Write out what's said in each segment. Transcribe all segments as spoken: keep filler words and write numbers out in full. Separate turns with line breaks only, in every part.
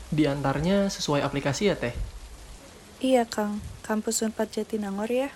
Di antaranya sesuai aplikasi ya, Teh?
Iya, Kang. Kampus Unpad Jatinangor ya.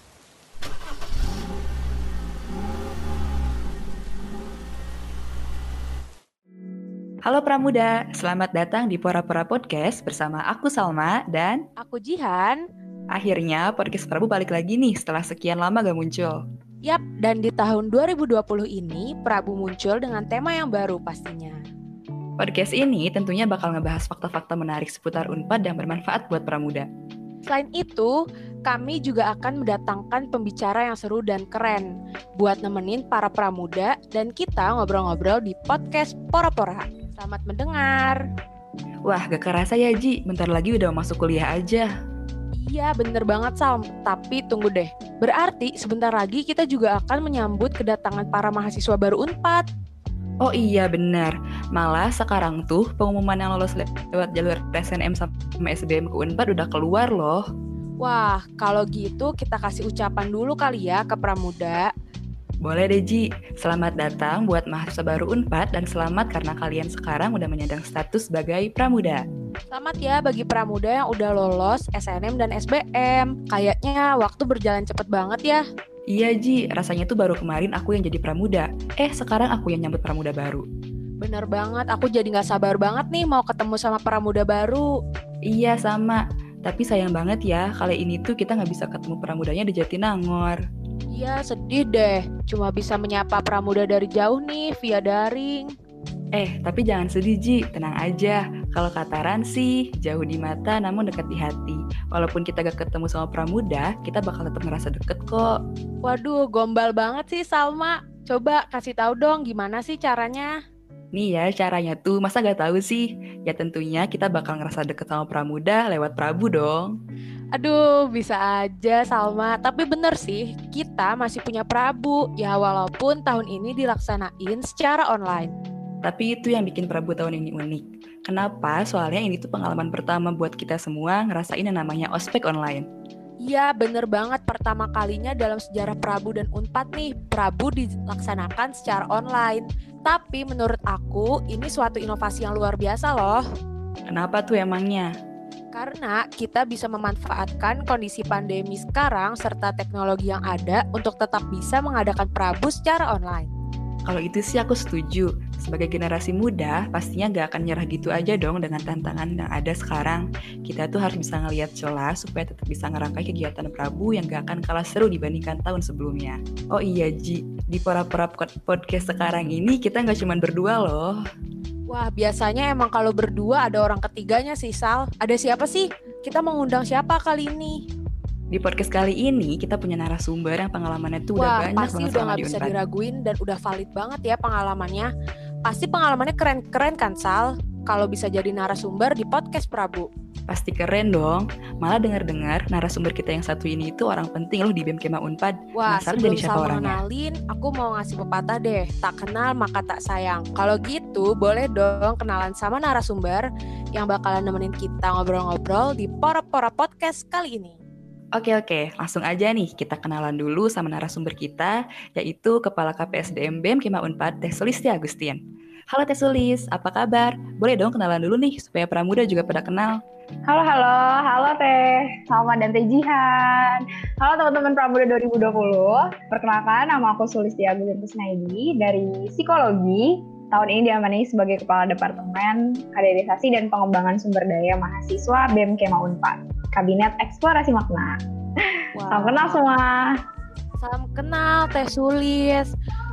Halo Pramuda, selamat datang di Pora-Pora Podcast bersama aku Salma dan
Aku Jihan.
akhirnya podcast Prabu balik lagi nih setelah sekian lama gak muncul.
Yap, dan di tahun dua ribu dua puluh ini Prabu muncul dengan tema yang baru pastinya.
Podcast ini tentunya bakal ngebahas fakta-fakta menarik seputar Unpad yang bermanfaat buat Pramuda.
Selain itu, kami juga akan mendatangkan pembicara yang seru dan keren buat nemenin para pramuda dan kita ngobrol-ngobrol di podcast Pora-Pora. Selamat mendengar.
Wah, gak kerasa ya Ji, bentar lagi udah masuk kuliah aja.
Iya, bener banget Salm. Tapi tunggu deh, berarti sebentar lagi kita juga akan menyambut kedatangan para mahasiswa baru Unpad.
Oh iya benar, malah sekarang tuh pengumuman yang lolos le- lewat jalur S N M sama S B M ke Unpad udah keluar loh.
Wah, kalau gitu kita kasih ucapan dulu kali ya ke pramuda.
Boleh deh Ji, selamat datang buat mahasiswa baru Unpad dan selamat karena kalian sekarang udah menyandang status sebagai pramuda.
Selamat ya bagi pramuda yang udah lolos S N M dan S B M. Kayaknya waktu berjalan cepet banget ya.
Iya Ji, rasanya tuh baru kemarin aku yang jadi pramuda. Eh, sekarang aku yang nyambut pramuda baru.
Bener banget, aku jadi gak sabar banget nih mau ketemu sama pramuda baru.
Iya sama, tapi sayang banget ya, kali ini tuh kita gak bisa ketemu pramudanya di Jatinangor.
Iya, sedih deh. Cuma bisa menyapa pramuda dari jauh nih via daring.
Eh, tapi jangan sedih Ji, tenang aja. Kalau kataran sih, jauh di mata namun dekat di hati. Walaupun kita gak ketemu sama pramuda, kita bakal tetap ngerasa deket kok.
Waduh, gombal banget sih Salma. Coba kasih tahu dong gimana sih caranya?
Nih ya caranya tuh, masa gak tahu sih? Ya tentunya kita bakal ngerasa deket sama pramuda lewat Prabu dong.
Aduh, bisa aja Salma. Tapi bener sih, kita masih punya Prabu. Ya walaupun tahun ini dilaksanain secara online.
Tapi itu yang bikin Prabu tahun ini unik. Kenapa? Soalnya ini tuh pengalaman pertama buat kita semua ngerasain yang namanya ospek online.
Iya, bener banget. Pertama kalinya dalam sejarah Prabu dan Unpad nih, Prabu dilaksanakan secara online. Tapi menurut aku, ini suatu inovasi yang luar biasa loh.
Kenapa tuh emangnya?
Karena kita bisa memanfaatkan kondisi pandemi sekarang serta teknologi yang ada untuk tetap bisa mengadakan Prabu secara online.
Kalau itu sih aku setuju. Sebagai generasi muda, pastinya gak akan nyerah gitu aja dong dengan tantangan yang ada sekarang. Kita tuh harus bisa ngelihat celah supaya tetap bisa ngerangkai kegiatan Prabu yang gak akan kalah seru dibandingkan tahun sebelumnya. Oh iya Ji, di Pora-Pora Podcast sekarang ini kita gak cuma berdua loh.
Wah, biasanya emang kalau berdua ada orang ketiganya sih, Sal. Ada siapa sih? Kita mengundang siapa kali ini?
Di podcast kali ini kita punya narasumber yang pengalamannya tuh udah
Wah,
banyak
pasti
banget
udah
selama
gak
di
bisa
Unpad.
diraguin dan udah valid banget ya pengalamannya. Pasti pengalamannya keren-keren kan, Sal? Kalau bisa jadi narasumber di podcast Prabu.
Pasti keren dong. Malah dengar-dengar narasumber kita yang satu ini itu orang penting loh di B E M Kema Unpad.
Wah,
Penasaran
sebelum
jadi siapa
Sal
orangnya?
mengenalin, aku mau ngasih pepatah deh. Tak kenal maka tak sayang. Kalau gitu, boleh dong kenalan sama narasumber yang bakalan nemenin kita ngobrol-ngobrol di Pora-Pora Podcast kali ini.
Oke oke, langsung aja nih kita kenalan dulu sama narasumber kita, yaitu Kepala K P S D M B E M Kema Unpad, Teh Sulistia Agustin. Halo Teh Sulis, apa kabar? Boleh dong kenalan dulu nih, supaya pramuda juga pada kenal.
Halo, halo, halo Teh Salma dan Teh Jihan. Halo teman-teman Pramuda dua ribu dua puluh. Perkenalkan, nama aku Sulistia Agustin Kusnaidi dari Psikologi. Tahun ini diamani sebagai Kepala Departemen Kaderisasi dan Pengembangan Sumber Daya Mahasiswa B E M Kema Unpad, Kabinet Eksplorasi Makna.
Wow.
Salam kenal semua.
Salam kenal Teh Sulis.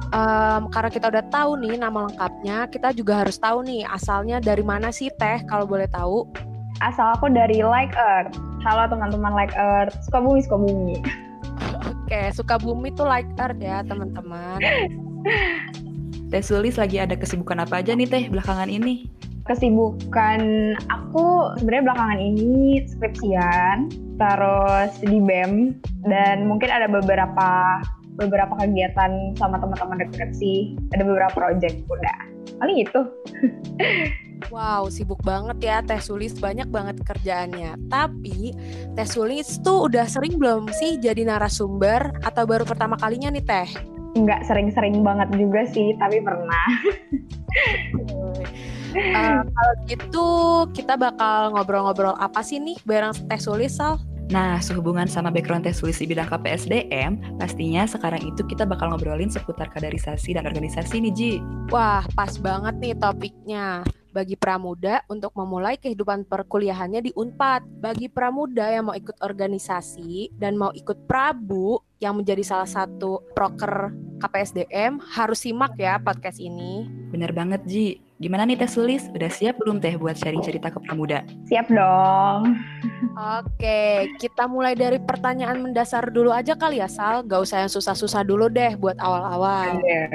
Um, karena kita udah tahu nih nama lengkapnya, kita juga harus tahu nih asalnya dari mana sih Teh, kalau boleh tahu.
Asal aku dari Like Earth. Halo teman-teman Like Earth. Sukabumi, Sukabumi.
Oke, Sukabumi tuh Like Earth ya teman-teman.
Teh Sulis lagi ada kesibukan apa aja nih Teh belakangan ini?
Kesibukan aku sebenarnya belakangan ini skripsian, terus di B E M, dan mungkin ada beberapa beberapa kegiatan sama teman-teman deket sih. Ada beberapa project udah. Paling gitu.
Wow, sibuk banget ya Teh Sulis, banyak banget kerjaannya. Tapi Teh Sulis tuh udah sering belum sih jadi narasumber atau baru pertama kalinya nih Teh?
Nggak sering-sering banget juga sih, tapi pernah.
Uh, kalau gitu kita bakal ngobrol-ngobrol apa sih nih bareng Teh Sulis, Sal?
Nah, sehubungan sama background Teh Sulis di bidang K P S D M, pastinya sekarang itu kita bakal ngobrolin seputar kaderisasi dan organisasi nih, Ji.
Wah, pas banget nih topiknya. Bagi pramuda untuk memulai kehidupan perkuliahannya di Unpad. Bagi pramuda yang mau ikut organisasi dan mau ikut Prabu yang menjadi salah satu proker K P S D M, harus simak ya podcast ini.
Bener banget, Ji. Gimana nih Teh Sulis? Udah siap belum Teh buat sharing cerita ke pramuda?
Siap dong.
Oke, kita mulai dari pertanyaan mendasar dulu aja kali ya, Sal. Gak usah yang susah-susah dulu deh buat awal-awal.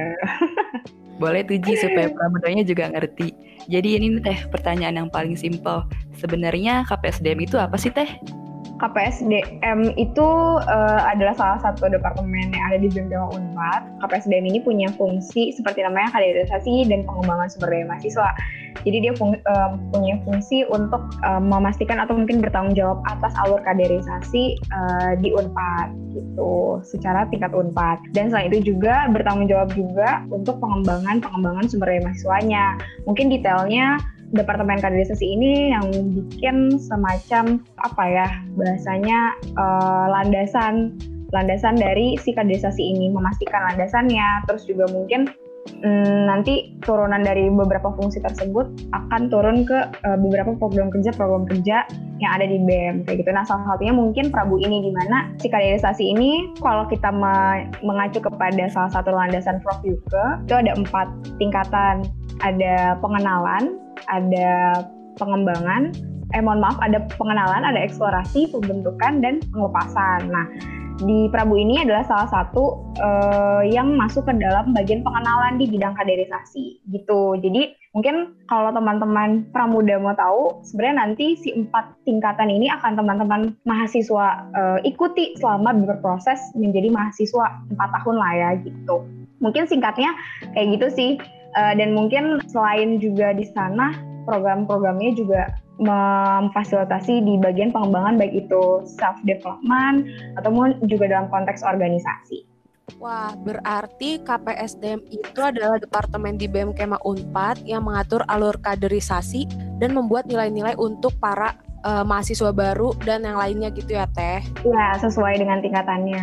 Boleh tuh Ji, supaya pramudanya juga ngerti. Jadi ini nih Teh, pertanyaan yang paling simpel. Sebenarnya K P S D M itu apa sih Teh?
K P S D M itu uh, adalah salah satu departemen yang ada di B E M Kema Unpad. K P S D M ini punya fungsi seperti namanya kaderisasi dan pengembangan sumber daya mahasiswa. Jadi dia fung, uh, punya fungsi untuk uh, memastikan atau mungkin bertanggung jawab atas alur kaderisasi uh, di Unpad gitu, secara tingkat Unpad. Dan selain itu juga bertanggung jawab juga untuk pengembangan pengembangan sumber daya mahasiswanya. Mungkin detailnya Departemen Kaderisasi ini yang bikin semacam apa ya bahasanya uh, landasan landasan dari si kaderisasi ini, memastikan landasannya, terus juga mungkin mm, nanti turunan dari beberapa fungsi tersebut akan turun ke uh, beberapa program kerja program kerja yang ada di B E M kayak gitu. Nah, salah satunya mungkin Prabu ini, di mana si kaderisasi ini kalau kita me- mengacu kepada salah satu landasan Prof Yuke, itu ada empat tingkatan. Ada pengenalan, ada pengembangan, eh mohon maaf, ada pengenalan, ada eksplorasi, pembentukan, dan penglepasan. Nah, di Prabu ini adalah salah satu uh, yang masuk ke dalam bagian pengenalan di bidang kaderisasi, gitu. Jadi mungkin kalau teman-teman pramuda mau tahu, sebenarnya nanti si empat tingkatan ini akan teman-teman mahasiswa uh, ikuti selama berproses menjadi mahasiswa empat tahun lah ya, gitu. Mungkin singkatnya kayak gitu sih. Uh, dan mungkin selain juga di sana program-programnya juga memfasilitasi di bagian pengembangan baik itu self development ataupun juga dalam konteks organisasi.
Wah, berarti K P S D M itu adalah departemen di B E M Kema Unpad yang mengatur alur kaderisasi dan membuat nilai-nilai untuk para uh, mahasiswa baru dan yang lainnya gitu ya, Teh?
Ya, sesuai dengan tingkatannya.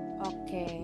Oke.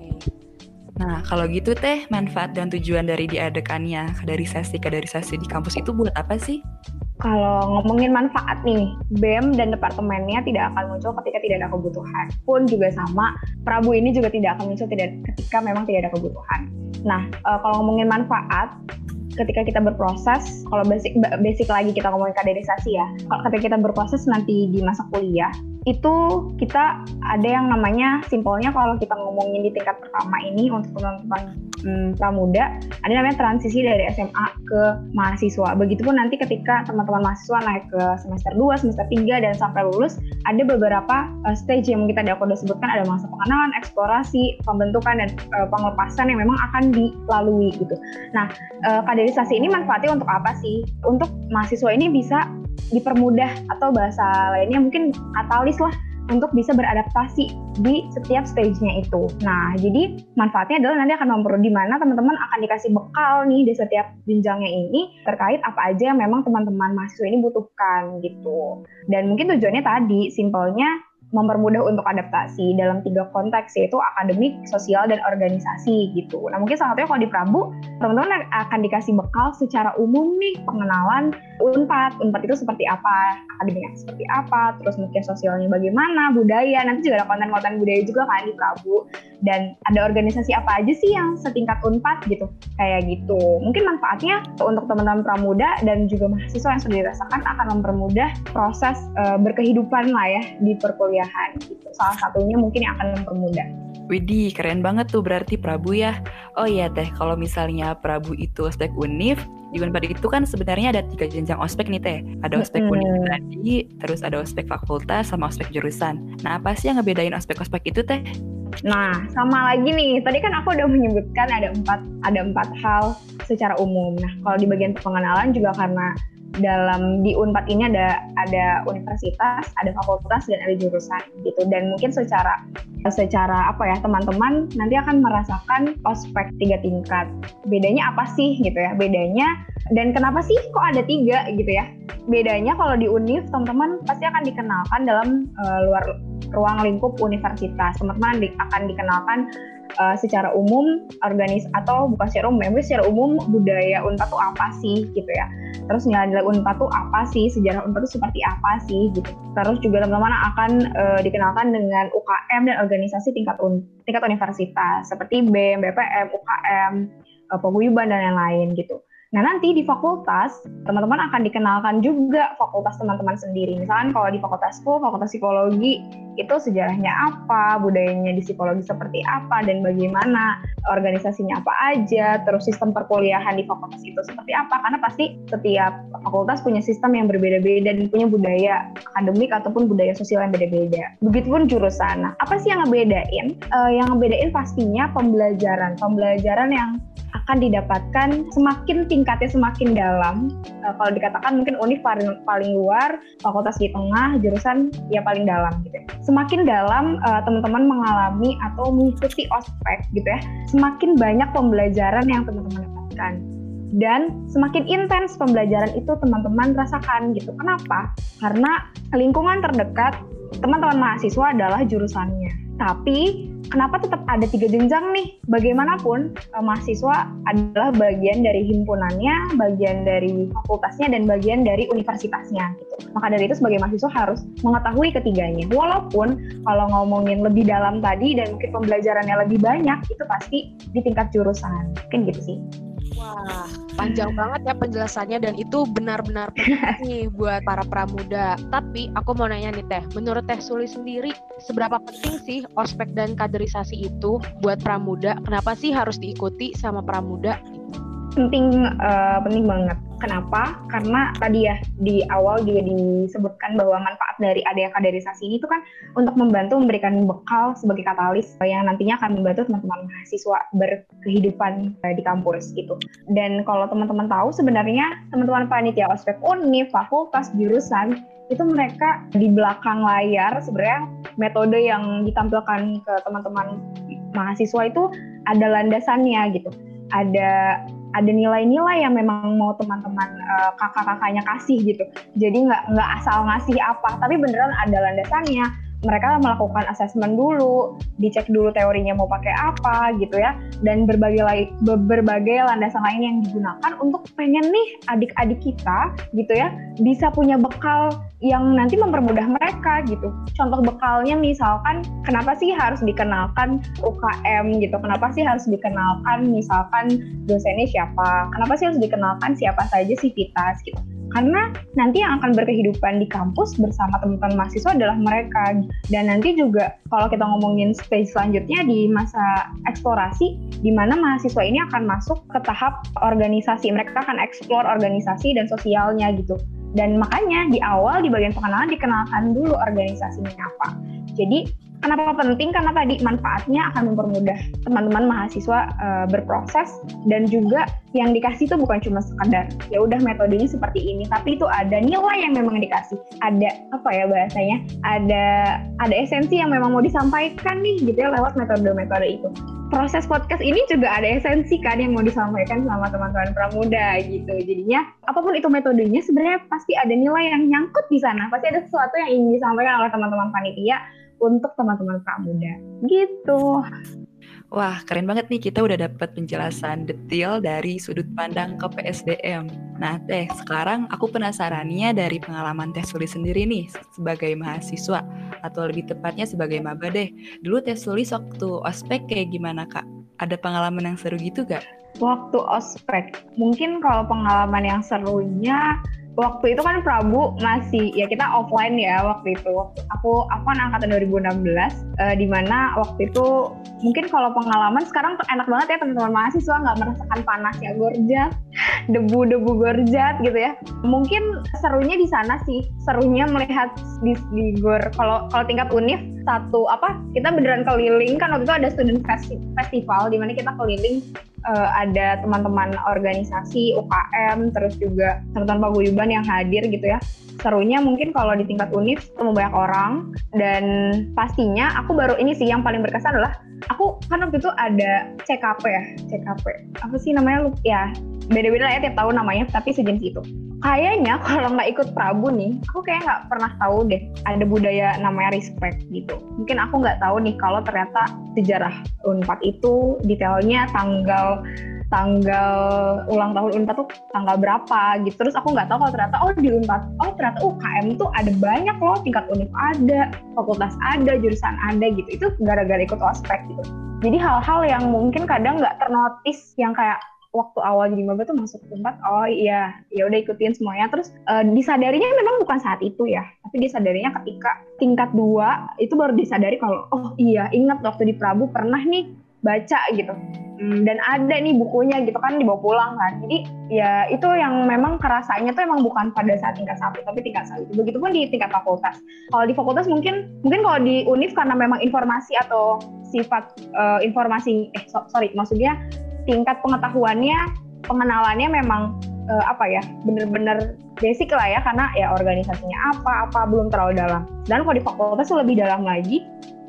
Nah, kalau gitu Teh, manfaat dan tujuan dari diadakannya kaderisasi-kaderisasi di kampus itu buat apa sih?
Kalau ngomongin manfaat nih, B E M dan departemennya tidak akan muncul ketika tidak ada kebutuhan. Pun juga sama, Prabu ini juga tidak akan muncul tidak ketika memang tidak ada kebutuhan. Nah, e, kalau ngomongin manfaat, ketika kita berproses, kalau basic, basic lagi kita ngomongin kaderisasi ya, kalau ketika kita berproses nanti di masa kuliah, itu kita ada yang namanya, simpelnya kalau kita ngomongin di tingkat pertama ini untuk teman-teman hmm, pramuda, ada namanya transisi dari S M A ke mahasiswa. Begitupun nanti ketika teman-teman mahasiswa naik ke semester dua, semester tiga, dan sampai lulus, ada beberapa uh, stage yang kita udah sebutkan, ada masa pengenalan, eksplorasi, pembentukan, dan uh, penglepasan yang memang akan dilalui gitu. Nah, uh, kaderisasi ini manfaatnya untuk apa sih? Untuk mahasiswa ini bisa dipermudah, atau bahasa lainnya mungkin katalis lah, untuk bisa beradaptasi di setiap stage-nya itu. Nah, jadi manfaatnya adalah nanti akan memperoleh di mana teman-teman akan dikasih bekal nih di setiap jenjangnya ini terkait apa aja yang memang teman-teman mahasiswa ini butuhkan gitu. Dan mungkin tujuannya tadi, simpelnya mempermudah untuk adaptasi dalam tiga konteks, yaitu akademik, sosial, dan organisasi gitu. Nah, mungkin salah satunya kalau di Prabu, teman-teman akan dikasih bekal secara umum nih, pengenalan Unpad, Unpad itu seperti apa, akademiknya seperti apa, terus mungkin sosialnya bagaimana, budaya, nanti juga ada konten-konten budaya juga kan di Prabu, dan ada organisasi apa aja sih yang setingkat Unpad gitu, kayak gitu. Mungkin manfaatnya untuk teman-teman pramuda dan juga mahasiswa yang sudah dirasakan akan mempermudah proses uh, berkehidupan lah ya di perkuliahan gitu. Salah satunya mungkin yang akan mempermudah.
Widih, keren banget tuh berarti Prabu ya. Oh iya Teh, kalau misalnya Prabu itu ospek univ, di Unpad itu kan sebenarnya ada tiga jenjang ospek nih Teh. Ada ospek hmm. univ tadi, terus ada ospek fakultas, sama ospek jurusan. Nah, apa sih yang ngebedain ospek-ospek itu Teh?
Nah, sama lagi nih. Tadi kan aku udah menyebutkan ada empat ada empat hal secara umum. Nah, kalau di bagian pengenalan juga karena dalam di Unpad ini ada ada universitas, ada fakultas dan ada jurusan gitu. Dan mungkin secara secara apa ya, teman-teman nanti akan merasakan ospek tiga tingkat. Bedanya apa sih gitu ya? Bedanya dan kenapa sih kok ada tiga gitu ya? Bedanya kalau di Univ teman-teman pasti akan dikenalkan dalam uh, luar ruang lingkup universitas. Teman-teman di, akan dikenalkan uh, secara umum organis atau bukan secara umum, tapi secara umum budaya Unpad itu apa sih gitu ya. Terus nilai-nilai Unpad itu apa sih, sejarah Unpad itu seperti apa sih gitu. Terus juga teman-teman akan uh, dikenalkan dengan U K M dan organisasi tingkat un, tingkat universitas seperti B E M, B P M, U K M, uh, paguyuban dan lain-lain gitu. Nah nanti di fakultas, teman-teman akan dikenalkan juga fakultas teman-teman sendiri. Misalkan kalau di fakultasku, fakultas psikologi, itu sejarahnya apa, budayanya di psikologi seperti apa, dan bagaimana organisasinya apa aja, terus sistem perkuliahan di fakultas itu seperti apa. Karena pasti setiap fakultas punya sistem yang berbeda-beda dan punya budaya akademik ataupun budaya sosial yang beda-beda. Begitupun jurusan. Nah, apa sih yang ngebedain? Uh, yang ngebedain pastinya pembelajaran. Pembelajaran yang akan didapatkan semakin tingkatnya semakin dalam. Uh, kalau dikatakan mungkin univ paling, paling luar, fakultas di tengah, jurusan ya paling dalam gitu ya. Semakin dalam uh, teman-teman mengalami atau mengikuti ospek gitu ya, semakin banyak pembelajaran yang teman-teman dapatkan. Dan semakin intens pembelajaran itu teman-teman rasakan gitu. Kenapa? Karena lingkungan terdekat teman-teman mahasiswa adalah jurusannya. Tapi kenapa tetap ada tiga jenjang nih? Bagaimanapun eh, mahasiswa adalah bagian dari himpunannya, bagian dari fakultasnya, dan bagian dari universitasnya gitu. Maka dari itu sebagai mahasiswa harus mengetahui ketiganya. Walaupun kalau ngomongin lebih dalam tadi dan mungkin pembelajarannya lebih banyak, itu pasti di tingkat jurusan. Mungkin gitu sih.
Wah, panjang banget ya penjelasannya dan itu benar-benar penting nih buat para pramuda. Tapi aku mau nanya nih Teh, menurut Teh Suli sendiri seberapa penting sih ospek dan kaderisasi itu buat pramuda? Kenapa sih harus diikuti sama pramuda?
Penting, uh, penting banget. Kenapa? Karena tadi ya di awal juga disebutkan bahwa manfaat dari adanya kaderisasi ini itu kan untuk membantu memberikan bekal sebagai katalis yang nantinya akan membantu teman-teman mahasiswa berkehidupan di kampus gitu. Dan kalau teman-teman tahu sebenarnya teman-teman panitia ospek univ, fakultas, jurusan itu mereka di belakang layar sebenarnya metode yang ditampilkan ke teman-teman mahasiswa itu ada landasannya gitu. Ada ada nilai-nilai yang memang mau teman-teman uh, kakak-kakaknya kasih gitu. Jadi nggak nggak asal ngasih apa, tapi beneran ada landasannya. Mereka melakukan asesmen dulu, dicek dulu teorinya mau pakai apa gitu ya, dan berbagai berbagai landasan lain yang digunakan untuk pengen nih adik-adik kita gitu ya bisa punya bekal yang nanti mempermudah mereka gitu. Contoh bekalnya misalkan kenapa sih harus dikenalkan U K M gitu, kenapa sih harus dikenalkan misalkan dosennya siapa, kenapa sih harus dikenalkan siapa saja sivitas gitu. Karena nanti yang akan berkehidupan di kampus bersama teman-teman mahasiswa adalah mereka. Dan nanti juga kalau kita ngomongin stage selanjutnya di masa eksplorasi, di mana mahasiswa ini akan masuk ke tahap organisasi. Mereka akan eksplor organisasi dan sosialnya gitu. Dan makanya di awal di bagian pengenalan dikenalkan dulu organisasinya apa. Jadi kenapa penting? Karena tadi manfaatnya akan mempermudah teman-teman mahasiswa uh, berproses, dan juga yang dikasih itu bukan cuma sekadar ya udah metodenya seperti ini, tapi itu ada nilai yang memang dikasih, ada apa ya bahasanya, ada ada esensi yang memang mau disampaikan nih gitu ya lewat metode-metode itu. Proses podcast ini juga ada esensi kan yang mau disampaikan sama teman-teman pramuda gitu. Jadinya apapun itu metodenya sebenarnya pasti ada nilai yang nyangkut di sana, pasti ada sesuatu yang ingin disampaikan oleh teman-teman panitia untuk teman-teman pramuda gitu.
Wah, keren banget nih, kita udah dapat penjelasan detail dari sudut pandang K P S D M. Nah, Teh, sekarang aku penasarannya dari pengalaman Teh Suli sendiri nih sebagai mahasiswa, atau lebih tepatnya sebagai maba deh. Dulu Teh Suli waktu ospek kayak gimana, Kak? Ada pengalaman yang seru gitu gak?
Waktu ospek, mungkin kalau pengalaman yang serunya waktu itu kan Prabu masih ya kita offline ya waktu itu. Aku aku kan angkatan dua ribu enam belas, uh, di mana waktu itu mungkin kalau pengalaman sekarang enak banget ya teman-teman mahasiswa nggak merasakan panasnya Gorjat, debu-debu Gorjat gitu ya. Mungkin serunya di sana sih, serunya melihat di, di Gor. Kalau kalau tingkat univ satu apa kita beneran keliling kan waktu itu ada student festival di mana kita keliling uh, ada teman-teman organisasi U K M, terus juga teman-teman paguyuban yang hadir gitu ya. Serunya mungkin kalau di tingkat univ ketemu banyak orang, dan pastinya aku baru ini sih yang paling berkesan adalah aku kan waktu itu ada C K P ya, C K P apa sih namanya, ya beda-beda lah ya tiap tahun namanya, tapi sejenis itu. Kayaknya kalau nggak ikut Prabu nih, aku kayak nggak pernah tahu deh ada budaya namanya respect gitu. Mungkin aku nggak tahu nih kalau ternyata sejarah Unpad itu detailnya tanggal tanggal ulang tahun Unpad tuh tanggal berapa gitu. Terus aku nggak tahu kalau ternyata oh di Unpad, oh ternyata U K M tuh ada banyak loh, tingkat univ ada, fakultas ada, jurusan ada gitu. Itu gara-gara ikut ospek gitu. Jadi hal-hal yang mungkin kadang nggak ternotis, yang kayak waktu awal jadi maba tuh masuk Unpad, oh iya, ya udah ikutin semuanya. Terus uh, disadarinya memang bukan saat itu ya, tapi disadarinya ketika tingkat dua itu baru disadari kalau oh iya, ingat waktu di Prabu pernah nih baca gitu. Hmm, dan ada nih bukunya gitu kan, dibawa pulang kan. Jadi ya itu yang memang kerasanya tuh emang bukan pada saat tingkat satu, tapi tingkat satu. Begitupun di tingkat fakultas. Kalau di fakultas mungkin mungkin kalau di univ karena memang informasi atau sifat uh, informasi eh so, sorry maksudnya tingkat pengetahuannya, pengenalannya memang uh, apa ya, bener-bener basic lah ya, karena ya organisasinya apa-apa belum terlalu dalam. Dan kalau di fakultas tuh lebih dalam lagi,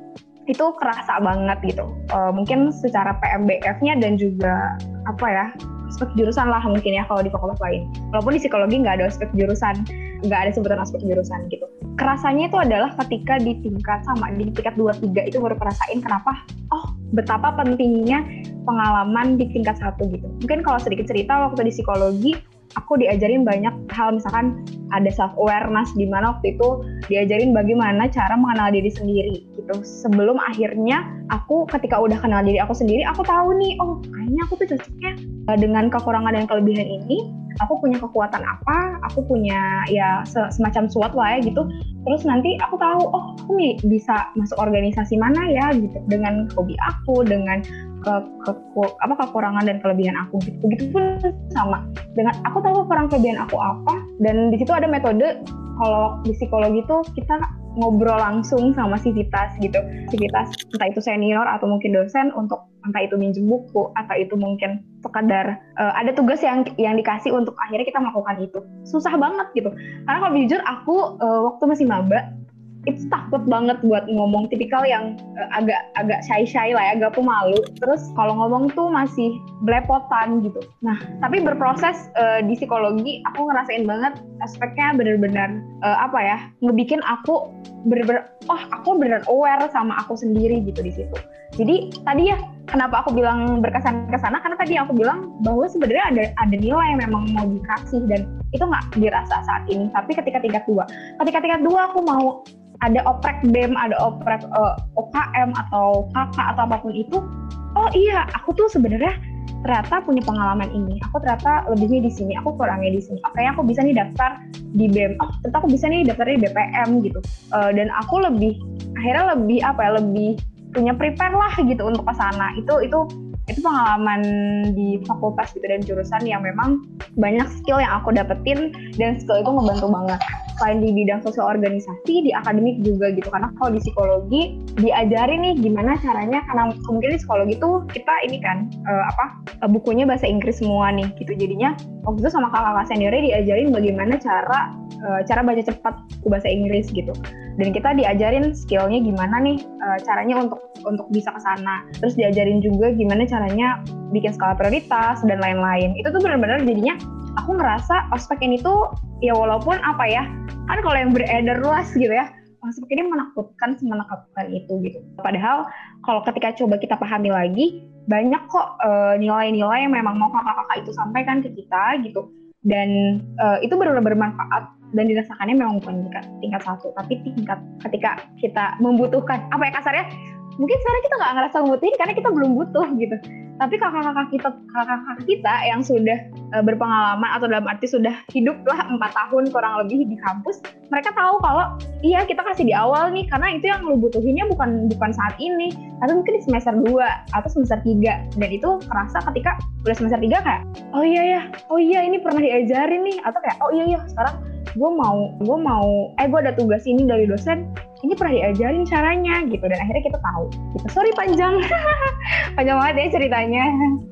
itu kerasa banget gitu. Uh, mungkin secara P M B F-nya dan juga apa ya, aspek jurusan lah mungkin ya kalau di fakultas lain. Walaupun di psikologi nggak ada aspek jurusan, nggak ada sebutan aspek jurusan gitu. Kerasanya itu adalah ketika di tingkat sama, di tingkat dua tiga itu baru kerasain kenapa, oh betapa pentingnya pengalaman di tingkat satu gitu. Mungkin kalau sedikit cerita, waktu di psikologi, aku diajarin banyak hal, misalkan ada self awareness di mana waktu itu diajarin bagaimana cara mengenal diri sendiri gitu. Sebelum akhirnya aku ketika udah kenal diri aku sendiri, aku tahu nih, oh kayaknya aku tuh cocoknya dengan kekurangan dan kelebihan ini, aku punya kekuatan apa, aku punya ya semacam SWOT lah ya gitu. Terus nanti aku tahu, oh aku nih bisa masuk organisasi mana ya gitu, dengan hobi aku, dengan ke, ke, ke apa kekurangan dan kelebihan aku gitu. Begitu pun sama dengan aku tahu kekurangan kelebihan aku apa, dan di situ ada metode. Kalau di psikologi tuh kita ngobrol langsung sama sivitas gitu, sivitas entah itu senior atau mungkin dosen, untuk entah itu minjem buku atau itu mungkin sekadar uh, ada tugas yang yang dikasih untuk akhirnya kita melakukan itu. Susah banget gitu, karena kalau jujur aku uh, waktu masih maba itu takut banget buat ngomong, tipikal yang uh, agak agak shy-shy lah ya, agak pemalu. Terus kalau ngomong tuh masih belepotan gitu. Nah, tapi berproses uh, di psikologi, aku ngerasain banget aspeknya benar-benar uh, apa ya, ngebikin aku bener-bener, oh aku bener aware sama aku sendiri gitu di situ. Jadi tadi ya, kenapa aku bilang berkesan ke sana, karena tadi aku bilang bahwa sebenarnya ada ada nilai yang memang mau dikasih, dan itu nggak dirasa saat ini. Tapi ketika tingkat dua, ketika tingkat dua aku mau ada oprek B E M, ada oprek uh, O K M atau K K atau apapun itu, oh iya, aku tuh sebenarnya ternyata punya pengalaman ini, aku ternyata lebihnya di sini, aku kurangnya di sini. Oke, aku bisa nih daftar di B E M, oh ternyata aku bisa nih daftar di B P M gitu. Uh, dan aku lebih, akhirnya lebih apa ya, lebih punya prepare lah gitu untuk ke sana. Itu itu itu pengalaman di fakultas gitu dan jurusan yang memang banyak skill yang aku dapetin, dan skill itu ngebantu banget. Selain di bidang sosial organisasi, di akademik juga gitu. Karena kalau di psikologi diajarin nih gimana caranya, karena mungkin di psikologi tuh kita ini kan uh, apa uh, bukunya bahasa Inggris semua nih gitu. Jadinya waktu itu sama kakak-kakak seniornya diajarin bagaimana cara uh, cara baca cepat buku bahasa Inggris gitu. Dan kita diajarin skillnya gimana nih uh, caranya untuk untuk bisa ke sana. Terus diajarin juga gimana caranya bikin skala prioritas dan lain-lain. Itu tuh benar-benar jadinya aku ngerasa ospek ini tuh ya walaupun apa ya, kan kalau yang beredar luas gitu ya, ospek ini menakutkan semenakutkan itu gitu. Padahal kalau ketika coba kita pahami lagi, banyak kok uh, nilai-nilai yang memang mau kakak-kakak itu sampaikan ke kita gitu. Dan uh, itu benar-benar bermanfaat dan dirasakannya memang bukan tingkat, tingkat satu, tapi tingkat ketika kita membutuhkan, apa ya kasarnya, mungkin sekarang kita nggak ngerasa membutuhin karena kita belum butuh gitu. Tapi kakak-kakak kita, kakak-kakak kita yang sudah uh, berpengalaman atau dalam arti sudah hiduplah empat tahun kurang lebih di kampus, mereka tahu kalau iya kita kasih di awal nih, karena itu yang lu butuhinnya bukan bukan saat ini, tapi mungkin di semester dua atau semester tiga. Dan itu kerasa ketika udah semester tiga kayak, oh iya ya, oh iya ini pernah diajarin nih, atau kayak oh iya ya sekarang gue mau gue mau eh gue ada tugas ini dari dosen, ini pernah diajarin caranya gitu. Dan akhirnya kita tahu gitu. Sorry panjang panjang banget ya ceritanya.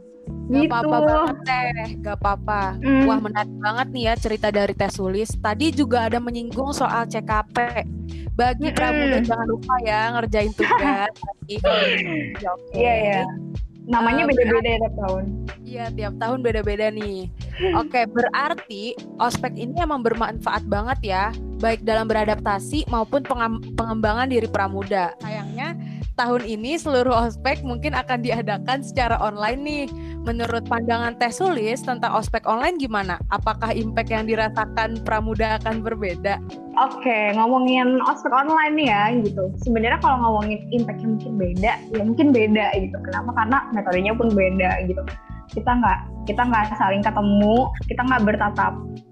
Gak
Gitu.
apa-apa banget teh, gak apa-apa.
Hmm.
Wah menarik banget nih ya cerita dari Teh Sulis. Tadi juga ada menyinggung soal C K P. Bagi
Mm-mm.
pramuda jangan lupa ya ngerjain tugas. Tadi kalau gitu. Oke.
Iya, iya. Namanya
Eh,
beda-beda ya tiap tahun.
Iya, tiap tahun beda-beda nih. Oke, berarti ospek ini emang bermanfaat banget ya, baik dalam beradaptasi maupun pengam- pengembangan diri pramuda. Sayangnya tahun ini seluruh ospek mungkin akan diadakan secara online nih. Menurut pandangan Teh Sulis tentang ospek online gimana? Apakah impact yang dirasakan pramuda akan berbeda?
Oke, ngomongin ospek online nih ya gitu. Sebenarnya kalau ngomongin impactnya mungkin beda, ya mungkin beda gitu. Kenapa? Karena metodenya pun beda gitu. Kita nggak kita nggak saling ketemu, kita nggak bertatap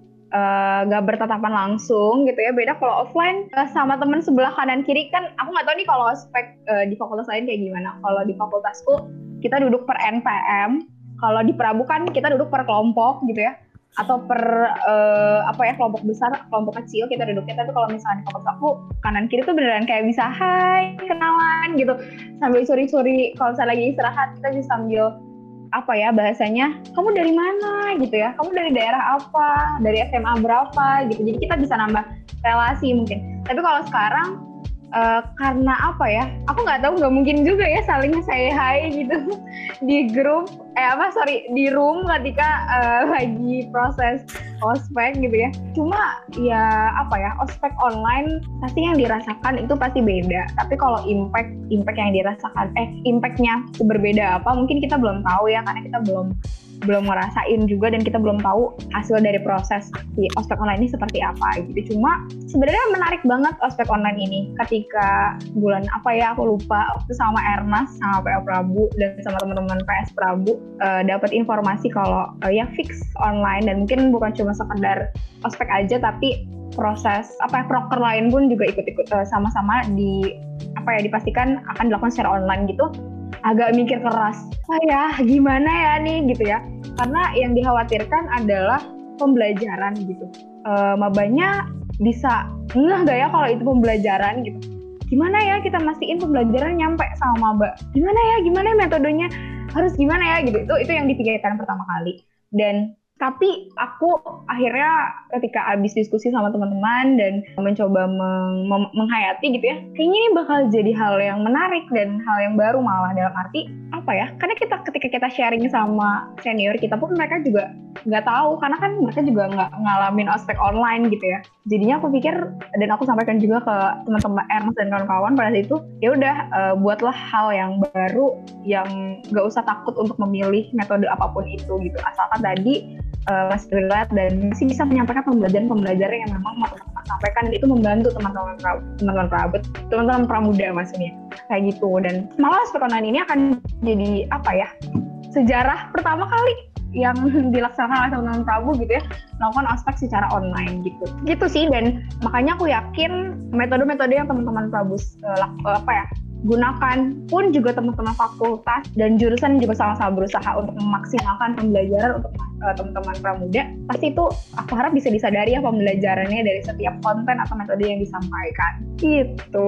eh, nggak bertatapan langsung gitu ya. Beda kalau offline eh, sama temen sebelah kanan kiri kan. Aku nggak tahu nih kalau ospek eh, di fakultas lain kayak gimana. Kalau di fakultasku kita duduk per N P M. Kalau di Prabu kan kita duduk per kelompok gitu ya. Atau per uh, apa ya kelompok besar, kelompok kecil kita duduknya. Tapi kalau misalnya di fakultas aku kanan kiri tuh beneran kayak bisa hai kenalan gitu sambil curi-curi. Kalau misalnya lagi istirahat kita bisa sambil apa ya bahasanya, kamu dari mana gitu ya, kamu dari daerah apa, dari S M A berapa gitu. Jadi kita bisa nambah relasi mungkin. Tapi kalau sekarang Uh, karena apa ya, aku nggak tahu, nggak mungkin juga ya saling say hi gitu di grup, eh apa sorry di room ketika uh, lagi proses ospek gitu ya. Cuma ya apa ya, ospek online pasti yang dirasakan itu pasti beda. Tapi kalau impact impact yang dirasakan, eh impactnya berbeda apa, mungkin kita belum tahu ya, karena kita belum belum ngerasain juga dan kita belum tahu hasil dari proses di ospek online ini seperti apa gitu. Cuma sebenarnya menarik banget ospek online ini ketika bulan apa ya aku lupa, waktu sama Ernest sama P A Prabu dan sama teman-teman P S Prabu uh, dapat informasi kalau uh, ya fix online, dan mungkin bukan cuma sekedar ospek aja tapi proses apa ya proker lain pun juga ikut-ikut uh, sama-sama di apa ya dipastikan akan dilakukan secara online gitu. Agak mikir keras, wah ya gimana ya nih gitu ya, karena yang dikhawatirkan adalah pembelajaran gitu. E, mabanya bisa enggak gak ya kalau itu pembelajaran gitu, gimana ya kita mastiin pembelajaran nyampe sama maba, gimana ya gimana metodenya harus gimana ya gitu. Itu itu yang dipikirkan pertama kali. Dan tapi aku akhirnya ketika abis diskusi sama teman-teman dan mencoba meng- meng- menghayati gitu ya, kayaknya ini bakal jadi hal yang menarik dan hal yang baru, malah dalam arti apa ya, karena kita ketika kita sharing sama senior kita pun mereka juga nggak tahu, karena kan mereka juga nggak ngalamin ospek online gitu ya. Jadinya aku pikir dan aku sampaikan juga ke teman-teman Ernest dan kawan-kawan pada saat itu, ya udah uh, buatlah hal yang baru yang nggak usah takut untuk memilih metode apapun itu gitu, asalkan tadi Uh, masih relate dan masih bisa menyampaikan pembelajaran-pembelajaran yang memang mau teman-teman sampaikan, dan itu membantu teman-teman teman-teman pramuda, teman-teman pramuda maksudnya kayak gitu. Dan malah ospek online ini akan jadi apa ya, sejarah pertama kali yang dilaksanakan oleh teman-teman Prabu gitu ya, melakukan ospek secara online gitu gitu sih. Dan makanya aku yakin metode-metode yang teman-teman Prabu uh, apa ya gunakan pun juga teman-teman fakultas dan jurusan juga sama-sama berusaha untuk memaksimalkan pembelajaran untuk uh, teman-teman pramuda. Pasti itu aku harap bisa disadari ya pembelajarannya dari setiap konten atau metode yang disampaikan gitu.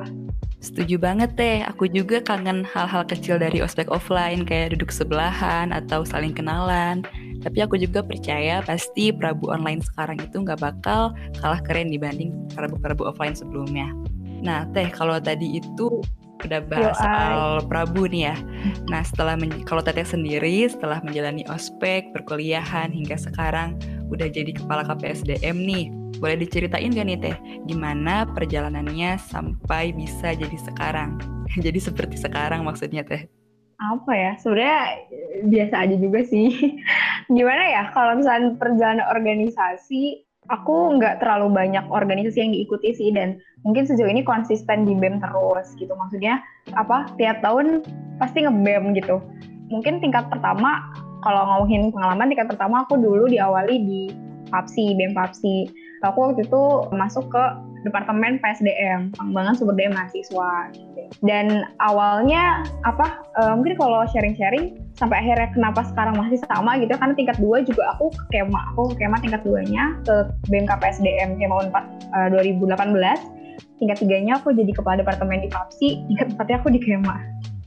Setuju banget teh, aku juga kangen hal-hal kecil dari ospek offline kayak duduk sebelahan atau saling kenalan. Tapi aku juga percaya pasti Prabu online sekarang itu nggak bakal kalah keren dibanding Prabu-Prabu offline sebelumnya. Nah teh, kalau tadi itu udah bahas
Yo,
soal Prabu nih ya. Nah setelah men- kalau Teteh sendiri setelah menjalani ospek, perkuliahan hingga sekarang udah jadi kepala K P S D M nih, boleh diceritain gak nih Teh gimana perjalanannya sampai bisa jadi sekarang? Jadi seperti sekarang maksudnya Teh.
Apa ya, sebenarnya biasa aja juga sih. Gimana ya, kalau misalnya perjalanan organisasi, aku nggak terlalu banyak organisasi yang diikuti sih, dan mungkin sejauh ini konsisten di B E M terus gitu. Maksudnya apa, tiap tahun pasti nge-B E M gitu. Mungkin tingkat pertama, kalau ngomongin pengalaman, tingkat pertama aku dulu diawali di Papsi, B E M Papsi. Aku waktu itu masuk ke Departemen P S D M, Pengembangan Sumber Daya Mahasiswa. Dan awalnya apa, uh, mungkin kalau sharing-sharing, sampai akhirnya kenapa sekarang masih sama gitu, karena tingkat dua juga aku ke Kema, aku ke Kema tingkat duanya, ke B M K P S D M Kema Unpad uh, dua ribu delapan belas, tingkat tiganya aku jadi kepala departemen di Papsi, tingkat empatnya aku di Kema.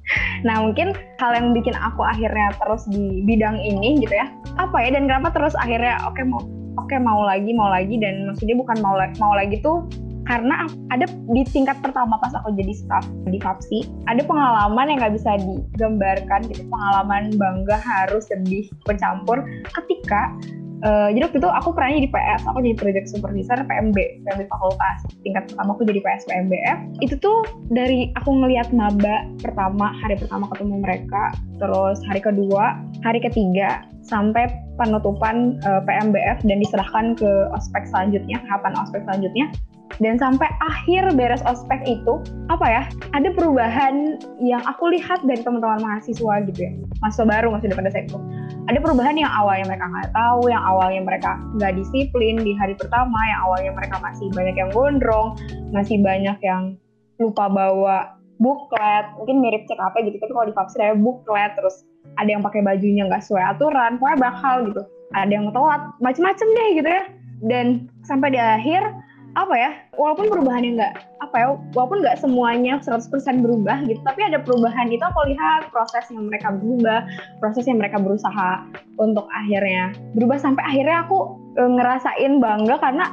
Nah mungkin hal yang bikin aku akhirnya terus di bidang ini gitu ya, apa ya, dan kenapa terus akhirnya oke okay, mau oke okay, mau lagi mau lagi dan maksudnya bukan mau mau lagi tuh karena ada di tingkat pertama pas aku jadi staff di Fapsi, ada pengalaman yang nggak bisa digambarkan gitu, pengalaman bangga harus sedih bercampur ketika uh, jadi waktu itu aku pernah jadi P S, aku jadi project supervisor P M B, P M B fakultas. Tingkat pertama aku jadi P S P M B F. Itu tuh dari aku ngelihat maba pertama, hari pertama ketemu mereka, terus hari kedua, hari ketiga, sampai penutupan uh, P M B F dan diserahkan ke ospek selanjutnya, tahapan ospek selanjutnya. Dan sampai akhir beres ospek itu, apa ya, ada perubahan yang aku lihat dari teman-teman mahasiswa gitu ya, mahasiswa baru, maksudnya pada saat itu. Ada perubahan yang awalnya mereka nggak tahu, yang awalnya mereka nggak disiplin di hari pertama, yang awalnya mereka masih banyak yang gondrong, masih banyak yang lupa bawa buklet, mungkin mirip cek apa gitu, tapi kalau di Fapsi ada buklet, terus ada yang pakai bajunya nggak sesuai aturan, pokoknya bakal gitu. Ada yang telat, macem-macem deh gitu ya. Dan sampai di akhir, apa ya, walaupun perubahannya nggak, apa ya, walaupun nggak semuanya seratus persen berubah gitu, tapi ada perubahan itu aku lihat proses yang mereka berubah, proses yang mereka berusaha untuk akhirnya berubah, sampai akhirnya aku e, ngerasain bangga karena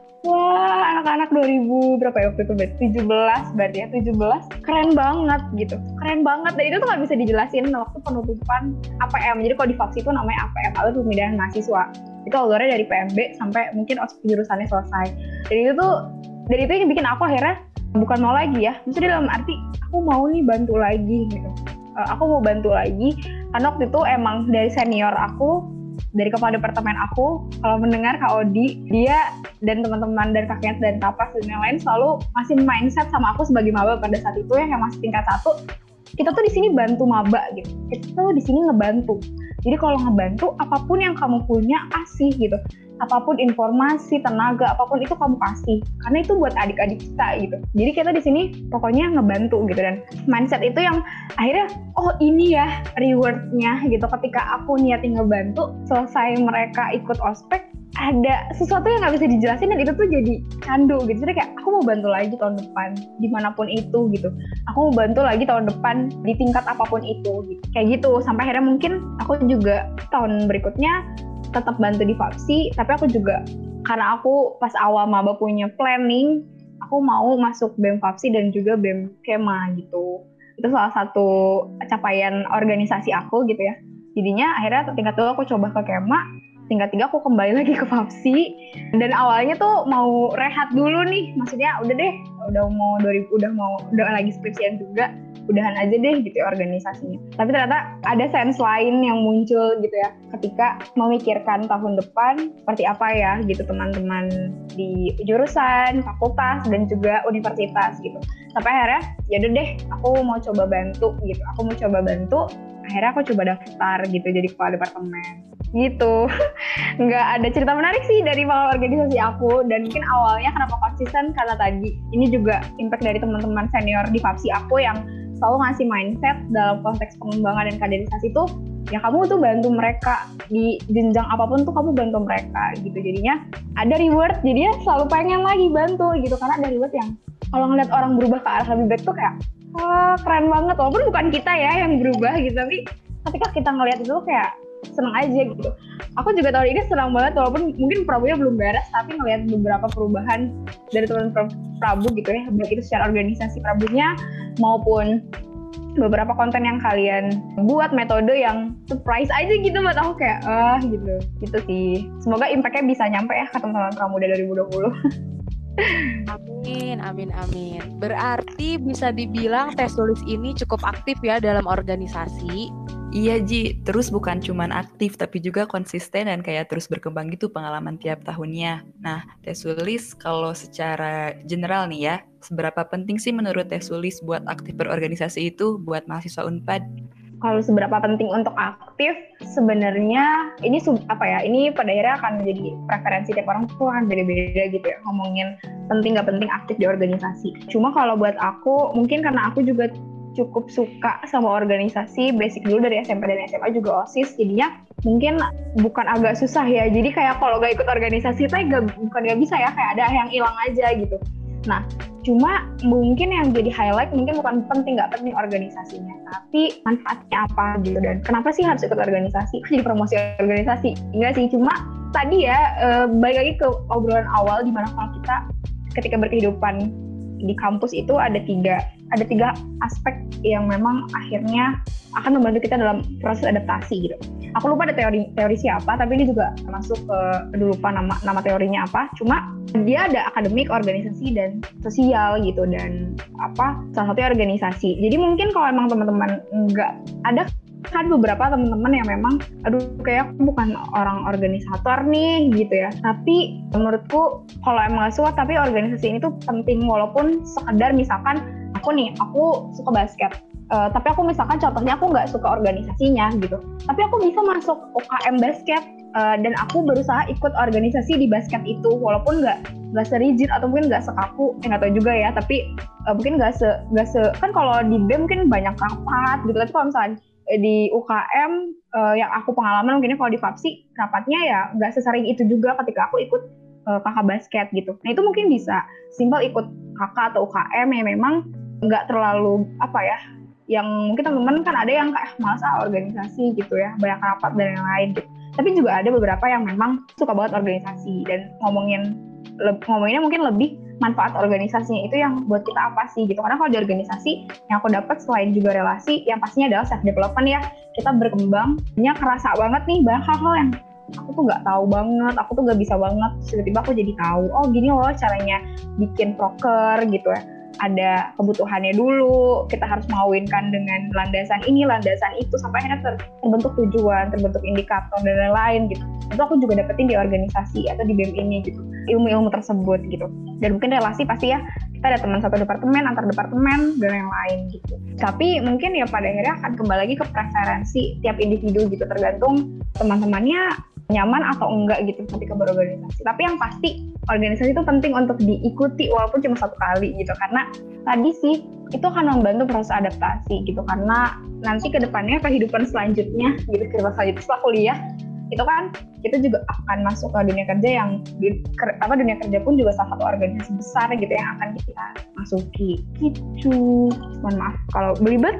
wah, anak-anak dua ribu berapa ya waktu itu, tujuh belas berarti ya, tujuh belas keren banget gitu, keren banget. Dan itu tuh nggak bisa dijelasin waktu penutupan A P M. Jadi kalau di Fapsi itu namanya A P M, atau pemindahan mahasiswa. Itu alurnya dari P M B sampai mungkin ospek jurusannya selesai. Dan itu tuh, dari itu yang bikin aku akhirnya bukan mau lagi ya, maksudnya dalam arti aku mau nih bantu lagi gitu. Uh, aku mau bantu lagi karena waktu itu emang dari senior aku, dari kepala departemen aku, kalau mendengar Kak Odi, dia dan teman-teman dari Kakek dan Kapas dan yang lain selalu masih mindset sama aku sebagai maba pada saat itu ya, yang masih tingkat satu. Kita tuh di sini bantu maba gitu. Kita tuh di sini ngebantu. Jadi kalau ngebantu, apapun yang kamu punya kasih gitu. Apapun informasi, tenaga, apapun itu kamu kasih. Karena itu buat adik-adik kita gitu. Jadi kita di sini pokoknya ngebantu gitu, dan mindset itu yang akhirnya oh ini ya rewardnya gitu. Ketika aku niatin ngebantu, selesai mereka ikut ospek, ada sesuatu yang nggak bisa dijelasin dan itu tuh jadi candu gitu. Jadi kayak aku mau bantu lagi tahun depan dimanapun itu gitu. Aku mau bantu lagi tahun depan di tingkat apapun itu gitu. Kayak gitu sampai akhirnya mungkin aku juga tahun berikutnya tetap bantu di Fapsi, tapi aku juga karena aku pas awal maba punya planning, aku mau masuk B E M Fapsi dan juga B E M Kema gitu. Itu salah satu capaian organisasi aku gitu ya. Jadinya akhirnya tingkat dua aku coba ke Kema, tingkat tiga aku kembali lagi ke Fapsi. Dan awalnya tuh mau rehat dulu nih, maksudnya udah deh, udah mau dua ribu udah mau udah lagi skripsian juga, udahan aja deh gitu ya organisasinya. Tapi ternyata ada sense lain yang muncul gitu ya ketika memikirkan tahun depan seperti apa ya gitu teman-teman di jurusan, fakultas dan juga universitas gitu. Sampai akhirnya ya udah deh aku mau coba bantu gitu. Aku mau coba bantu. Akhirnya aku coba daftar gitu jadi kepala departemen gitu. Nggak ada cerita menarik sih dari awal organisasi aku, dan mungkin awalnya kenapa konsisten karena tadi ini juga impact dari teman-teman senior di Fapsi aku yang selalu ngasih mindset dalam konteks pengembangan dan kaderisasi itu ya kamu tuh bantu mereka di jenjang apapun tuh kamu bantu mereka gitu. Jadinya ada reward, jadinya selalu pengen lagi bantu gitu karena ada reward yang kalau ngeliat orang berubah ke arah lebih baik tuh kayak wah keren banget, walaupun bukan kita ya yang berubah gitu, tapi ketika kita ngeliat itu kayak seneng aja gitu. Aku juga tahun ini senang banget walaupun mungkin Prabunya belum beres, tapi ngeliat beberapa perubahan dari teman-teman Prabu gitu ya, baik itu secara organisasi Prabunya maupun beberapa konten yang kalian buat, metode yang surprise aja gitu buat aku kayak ah gitu. Gitu sih. Semoga impact-nya bisa nyampe ya ke teman-teman Pramuda dua ribu dua puluh.
Amin, amin, amin. Berarti bisa dibilang tes tulis ini cukup aktif ya dalam organisasi.
Iya Ji, terus bukan cuman aktif tapi juga konsisten dan kayak terus berkembang gitu pengalaman tiap tahunnya. Nah, tes tulis kalau secara general nih ya, seberapa penting sih menurut tes tulis buat aktif berorganisasi itu buat mahasiswa Unpad?
Kalau seberapa penting untuk aktif, sebenarnya ini apa ya? Ini pada akhirnya akan menjadi preferensi tiap orang tuh akan beda-beda gitu ya. Ngomongin penting nggak penting aktif di organisasi. Cuma kalau buat aku, mungkin karena aku juga cukup suka sama organisasi, basic dulu dari S M P dan S M A juga OSIS, jadinya mungkin bukan agak susah ya. Jadi kayak kalau gak ikut organisasi itu gak, bukan gak bisa ya, kayak ada yang hilang aja gitu. Nah, cuma mungkin yang jadi highlight mungkin bukan penting nggak penting organisasinya, tapi manfaatnya apa gitu, dan kenapa sih harus ikut organisasi? Jadi promosi organisasi enggak sih, cuma tadi ya eh, balik lagi ke obrolan awal di mana kalau kita ketika berkehidupan di kampus itu ada tiga ada tiga aspek yang memang akhirnya akan membantu kita dalam proses adaptasi gitu. Aku lupa ada teori teori siapa, tapi ini juga masuk ke aduh lupa nama nama teorinya apa. Cuma dia ada akademik, organisasi, dan sosial gitu, dan apa salah satunya organisasi. Jadi mungkin kalau emang teman-teman nggak ada kan beberapa teman-teman yang memang aduh kayak aku bukan orang organisator nih gitu ya, tapi menurutku kalau emang gak suka tapi organisasi ini tuh penting, walaupun sekedar misalkan aku nih aku suka basket uh, tapi aku misalkan contohnya aku nggak suka organisasinya gitu, tapi aku bisa masuk U K M basket uh, dan aku berusaha ikut organisasi di basket itu, walaupun nggak nggak serigid atau mungkin nggak sekaku, nggak tahu juga ya, tapi uh, mungkin nggak se nggak se kan kalau di B E M mungkin banyak rapat gitu, tapi kalau misalnya di U K M uh, yang aku pengalaman mungkin kalau di Fapsi rapatnya ya nggak sesering itu juga ketika aku ikut uh, kakak basket gitu. Nah itu mungkin bisa simpel ikut kakak atau U K M yang memang nggak terlalu apa ya, yang mungkin teman-teman kan ada yang kayak malas ah organisasi gitu ya, banyak rapat dan yang lain gitu. Tapi juga ada beberapa yang memang suka banget organisasi, dan ngomongin le- ngomonginnya mungkin lebih manfaat organisasinya itu yang buat kita apa sih gitu. Karena kalau di organisasi yang aku dapat selain juga relasi, yang pastinya adalah self development ya, kita berkembang, nya kerasa banget nih banyak hal-hal yang aku tuh nggak tahu banget, aku tuh nggak bisa banget, tiba-tiba aku jadi tahu, oh gini loh caranya bikin proker gitu ya, ada kebutuhannya dulu, kita harus mengawinkan dengan landasan ini, landasan itu, sampai akhirnya ter- terbentuk tujuan, terbentuk indikator dan lain-lain gitu. Itu aku juga dapetin di organisasi atau di B E M ini gitu, ilmu-ilmu tersebut gitu. Dan mungkin relasi pasti ya, kita ada teman satu departemen, antar departemen, dan yang lain gitu. Tapi mungkin ya pada akhirnya akan kembali lagi ke preferensi tiap individu gitu, tergantung teman-temannya nyaman atau enggak gitu ketika berorganisasi. Tapi yang pasti organisasi itu penting untuk diikuti walaupun cuma satu kali gitu, karena tadi sih itu akan membantu proses adaptasi gitu, karena nanti ke depannya kehidupan selanjutnya gitu, kehidupan selanjutnya setelah kuliah itu kan kita juga akan masuk ke dunia kerja yang di, ker, apa dunia kerja pun juga salah satu organisasi besar gitu yang akan kita masuki gitu. Mohon maaf kalau belibet.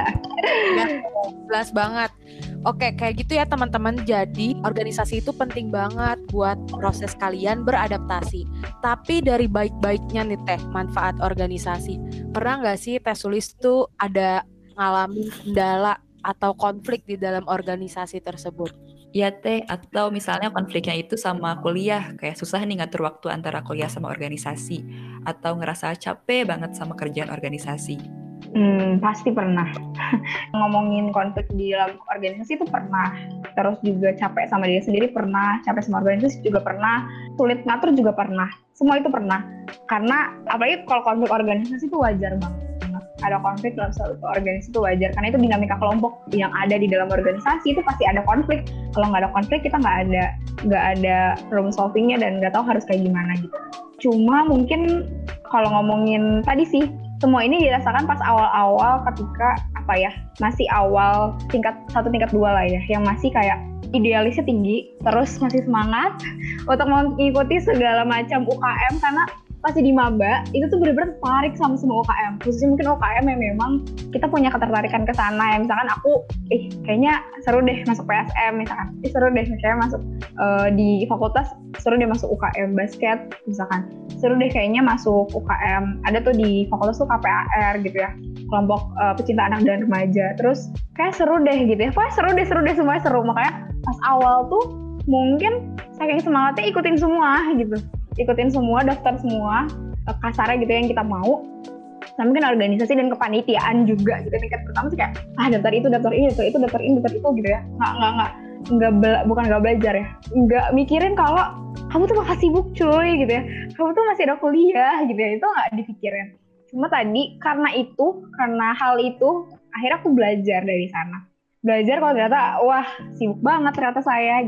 Ya, jelas banget. Oke, kayak gitu ya teman-teman. Jadi organisasi itu penting banget buat proses kalian beradaptasi. Tapi dari baik-baiknya nih Teh, manfaat organisasi. Pernah nggak sih Teh Sulis tuh ada ngalamin kendala atau konflik di dalam organisasi tersebut?
Ya Teh, atau misalnya konfliknya itu sama kuliah, kayak susah nih ngatur waktu antara kuliah sama organisasi, atau ngerasa capek banget sama kerjaan organisasi.
Hmm, pasti pernah. Ngomongin konflik di dalam organisasi itu pernah. Terus juga capek sama diri sendiri pernah, capek sama organisasi juga pernah, sulit ngatur juga pernah. Semua itu pernah. Karena apalagi kalau konflik organisasi itu wajar banget. Ada konflik dalam suatu organisasi itu wajar, karena itu dinamika kelompok yang ada di dalam organisasi itu pasti ada konflik. Kalau nggak ada konflik kita nggak ada nggak ada problem solvingnya dan nggak tahu harus kayak gimana gitu. Cuma mungkin kalau ngomongin tadi sih, semua ini dirasakan pas awal-awal ketika apa ya, masih awal tingkat satu tingkat dua lah ya, yang masih kayak idealisnya tinggi, terus masih semangat untuk mengikuti segala macam U K M, karena pasti di maba itu tuh bener-bener tertarik sama semua U K M, khususnya mungkin U K M yang memang kita punya ketertarikan ke sana ya. Misalkan aku eh kayaknya seru deh masuk P S M, misalkan eh seru deh misalnya masuk uh, di fakultas, seru deh masuk U K M basket, misalkan seru deh kayaknya masuk U K M ada tuh di fakultas tuh K P A R gitu ya, kelompok uh, pecinta anak dan remaja, terus kayak seru deh gitu ya, pokoknya seru deh seru deh semuanya seru. Makanya pas awal tuh mungkin saking semangatnya ikutin semua gitu, ikutin semua, daftar semua kasarnya gitu yang kita mau. Nah mungkin organisasi dan kepanitiaan juga gitu, tingkat pertama sih kayak ah daftar itu, daftar ini, daftar itu, daftar ini, daftar itu gitu ya. Nggak, nggak, nggak, nggak bela, bukan nggak belajar ya, nggak mikirin kalau kamu tuh bakal sibuk cuy gitu ya, kamu tuh masih ada kuliah gitu ya, itu nggak dipikirin. Cuma tadi karena itu, karena hal itu, akhirnya aku belajar dari sana. Belajar kalau ternyata wah sibuk banget ternyata saya gitu.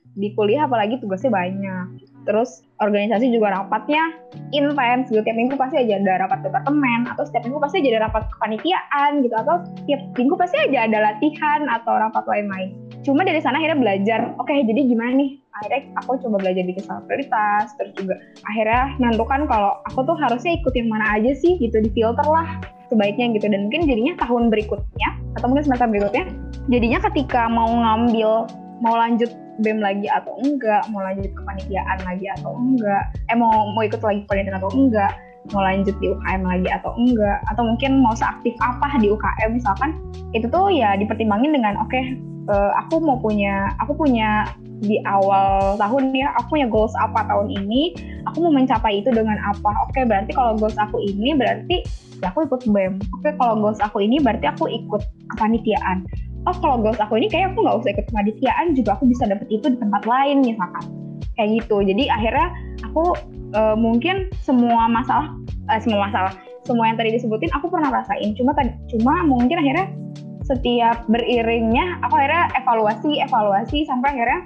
di kuliah apalagi tugasnya banyak. Terus organisasi juga rapatnya intens gitu. Tiap minggu pasti aja ada rapat departemen, atau setiap minggu pasti aja ada rapat kepanitiaan gitu, atau tiap minggu pasti aja ada latihan atau rapat lain-lain. Cuma dari sana akhirnya belajar, oke okay, jadi gimana nih? Akhirnya aku coba belajar bikin skala prioritas, terus juga akhirnya menentukan kalau aku tuh harusnya ikut yang mana aja sih gitu, di filter lah sebaiknya gitu. Dan mungkin jadinya tahun berikutnya atau mungkin semester berikutnya, jadinya ketika mau ngambil, mau lanjut B E M lagi atau enggak, mau lanjut kepanitiaan lagi atau enggak, eh mau mau ikut lagi kepanitiaan atau enggak, mau lanjut di U K M lagi atau enggak, atau mungkin mau seaktif apa di U K M misalkan, itu tuh ya dipertimbangin dengan oke okay, uh, aku mau punya, aku punya di awal tahun ya, aku punya goals apa tahun ini, aku mau mencapai itu dengan apa. Oke okay, berarti kalau goals aku ini berarti ya aku ikut B E M. Oke okay, kalau goals aku ini berarti aku ikut kepanitiaan. Oh kalau goals aku ini kayak aku nggak usah ikut kepanitiaan juga aku bisa dapet itu di tempat lain misalkan kayak gitu. Jadi akhirnya aku e, mungkin semua masalah eh, semua masalah semua yang tadi disebutin aku pernah rasain, cuma cuma mungkin akhirnya setiap beriringnya aku akhirnya evaluasi evaluasi sampai akhirnya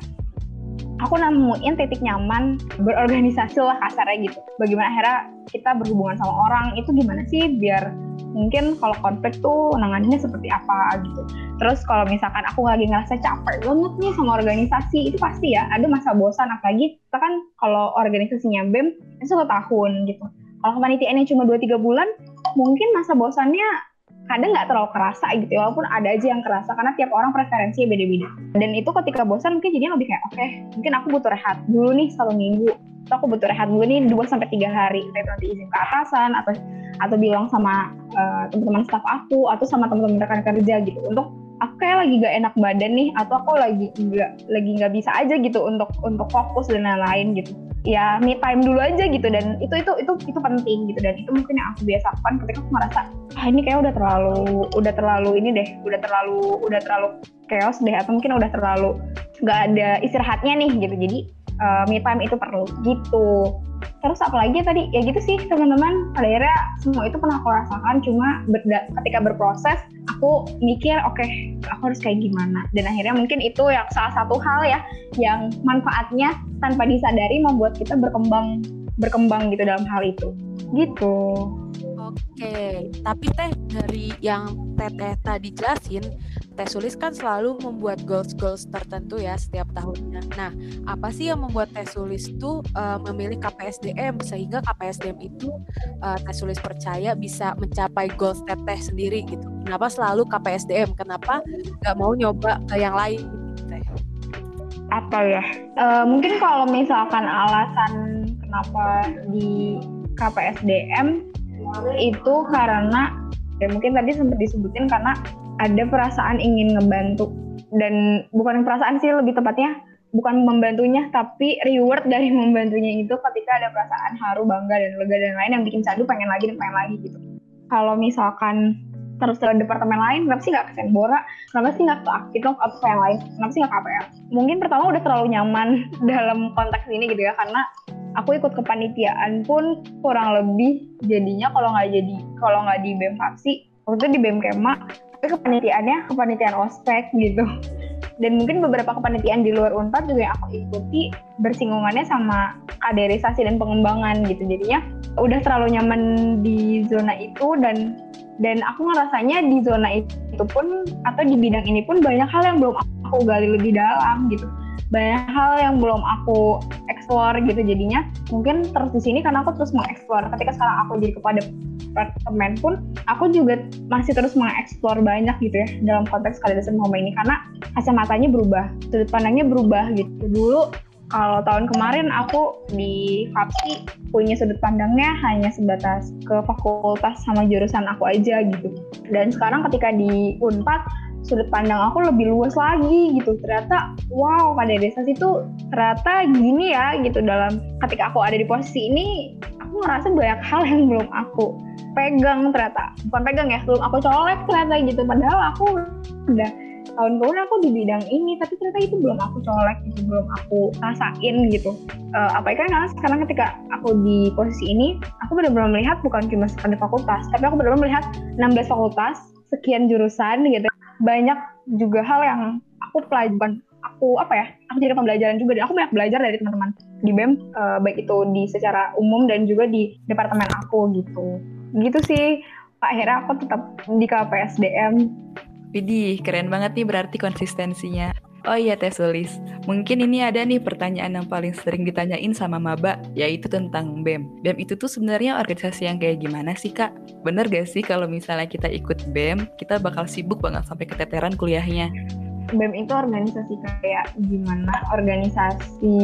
aku nemuin titik nyaman berorganisasi lah kasarnya gitu. Bagaimana akhirnya kita berhubungan sama orang itu gimana sih biar mungkin kalau konflik tuh nanganinnya seperti apa gitu. Terus kalau misalkan aku lagi ngerasa capek banget nih sama organisasi, itu pasti ya ada masa bosan, apalagi kita kan kalau organisasinya B E M itu satu tahun gitu. Kalau kepanitiaannya cuma dua tiga bulan, mungkin masa bosannya kadang nggak terlalu kerasa gitu, walaupun ada aja yang kerasa karena tiap orang preferensinya beda-beda. Dan itu ketika bosan mungkin jadinya lebih kayak oke, okay, mungkin aku butuh rehat dulu nih satu minggu. Atau aku butuh rehat dulu nih dua sampai tiga hari. Kayak nanti izin ke atasan atau atau bilang sama uh, teman-teman staf aku atau sama teman-teman rekan kerja gitu untuk aku kayak lagi gak enak badan nih, atau aku lagi nggak lagi nggak bisa aja gitu untuk untuk fokus dan lain-lain gitu. Ya me time dulu aja gitu, dan itu itu itu itu penting gitu. Dan itu mungkin yang aku biasakan ketika aku merasa ah ini kayak udah terlalu udah terlalu ini deh udah terlalu udah terlalu chaos deh, atau mungkin udah terlalu nggak ada istirahatnya nih gitu. Jadi uh, me time itu perlu gitu. Terus apalagi tadi ya gitu sih teman-teman, pada akhirnya semua itu pernah aku rasakan, cuma berda- ketika berproses aku mikir oke okay, aku harus kayak gimana, dan akhirnya mungkin itu yang salah satu hal ya yang manfaatnya tanpa disadari membuat kita berkembang berkembang gitu dalam hal itu gitu.
Oke, tapi Teh dari yang Teteh tadi jelasin, Teh Sulis kan selalu membuat goals-goals tertentu ya setiap tahunnya. Nah, apa sih yang membuat Teh Sulis tuh uh, memilih K P S D M sehingga K P S D M itu uh, Teh Sulis percaya bisa mencapai goals Teteh sendiri gitu? Kenapa selalu K P S D M? Kenapa nggak mau nyoba ke yang lain gitu, Teh?
Apa ya? Uh, mungkin kalau misalkan alasan kenapa di K P S D M itu karena ya mungkin tadi sempat disebutin karena ada perasaan ingin ngebantu, dan bukan perasaan sih, lebih tepatnya bukan membantunya tapi reward dari membantunya itu ketika ada perasaan haru, bangga dan lega dan lain yang bikin candu pengen lagi dan pengen lagi gitu. Kalau misalkan terus ke departemen lain, kenapa sih nggak ke Senbora, kenapa sih nggak ke Aktivitas atau ke yang lain, kenapa sih nggak K P L? Mungkin pertama udah terlalu nyaman dalam konteks ini gitu ya, karena aku ikut kepanitiaan pun kurang lebih jadinya kalau nggak jadi kalau nggak di B E M Fapsi, waktu itu di B E M Kema, tapi kepanitiaannya kepanitiaan ospek gitu. Dan mungkin beberapa kepanitiaan di luar Unpad juga yang aku ikuti bersinggungannya sama kaderisasi dan pengembangan gitu. Jadinya udah terlalu nyaman di zona itu, dan dan aku ngerasanya di zona itu pun atau di bidang ini pun banyak hal yang belum aku gali lebih dalam gitu. Banyak hal yang belum aku explore gitu. Jadinya mungkin terus di sini karena aku terus mengeksplor. Ketika sekarang aku jadi kepada departemen pun aku juga masih terus mengeksplor banyak gitu ya dalam konteks kaderisasi Homa ini, karena kacamatanya berubah, sudut pandangnya berubah gitu. Dulu kalau tahun kemarin aku di Fapsi punya sudut pandangnya hanya sebatas ke fakultas sama jurusan aku aja gitu. Dan sekarang ketika di Unpad sudut pandang aku lebih luas lagi gitu. Ternyata wow, kaderisasi itu ternyata gini ya gitu. Dalam ketika aku ada di posisi ini, aku ngerasa banyak hal yang belum aku pegang ternyata. Bukan pegang ya, belum aku colek ternyata gitu. Padahal aku udah tahun kemudian aku di bidang ini, tapi ternyata itu belum aku colek gitu, belum aku rasain gitu. Uh, apa kan karena sekarang ketika aku di posisi ini, aku benar-benar melihat bukan cuma sekadar fakultas, tapi aku benar-benar melihat enam belas fakultas, sekian jurusan gitu. Banyak juga hal yang aku pelajari, aku aku apa ya aku jadi pembelajaran juga, dan aku banyak belajar dari teman-teman di B E M, uh, baik itu di secara umum dan juga di departemen aku gitu gitu sih. Akhirnya aku tetap di K P S D M.
Widih, keren banget nih berarti konsistensinya. Oh iya Teh Sulis, mungkin ini ada nih pertanyaan yang paling sering ditanyain sama maba, yaitu tentang B E M. B E M itu tuh sebenarnya organisasi yang kayak gimana sih Kak? Bener gak sih kalau misalnya kita ikut B E M, kita bakal sibuk banget sampai keteteran kuliahnya?
B E M itu organisasi kayak gimana? Organisasi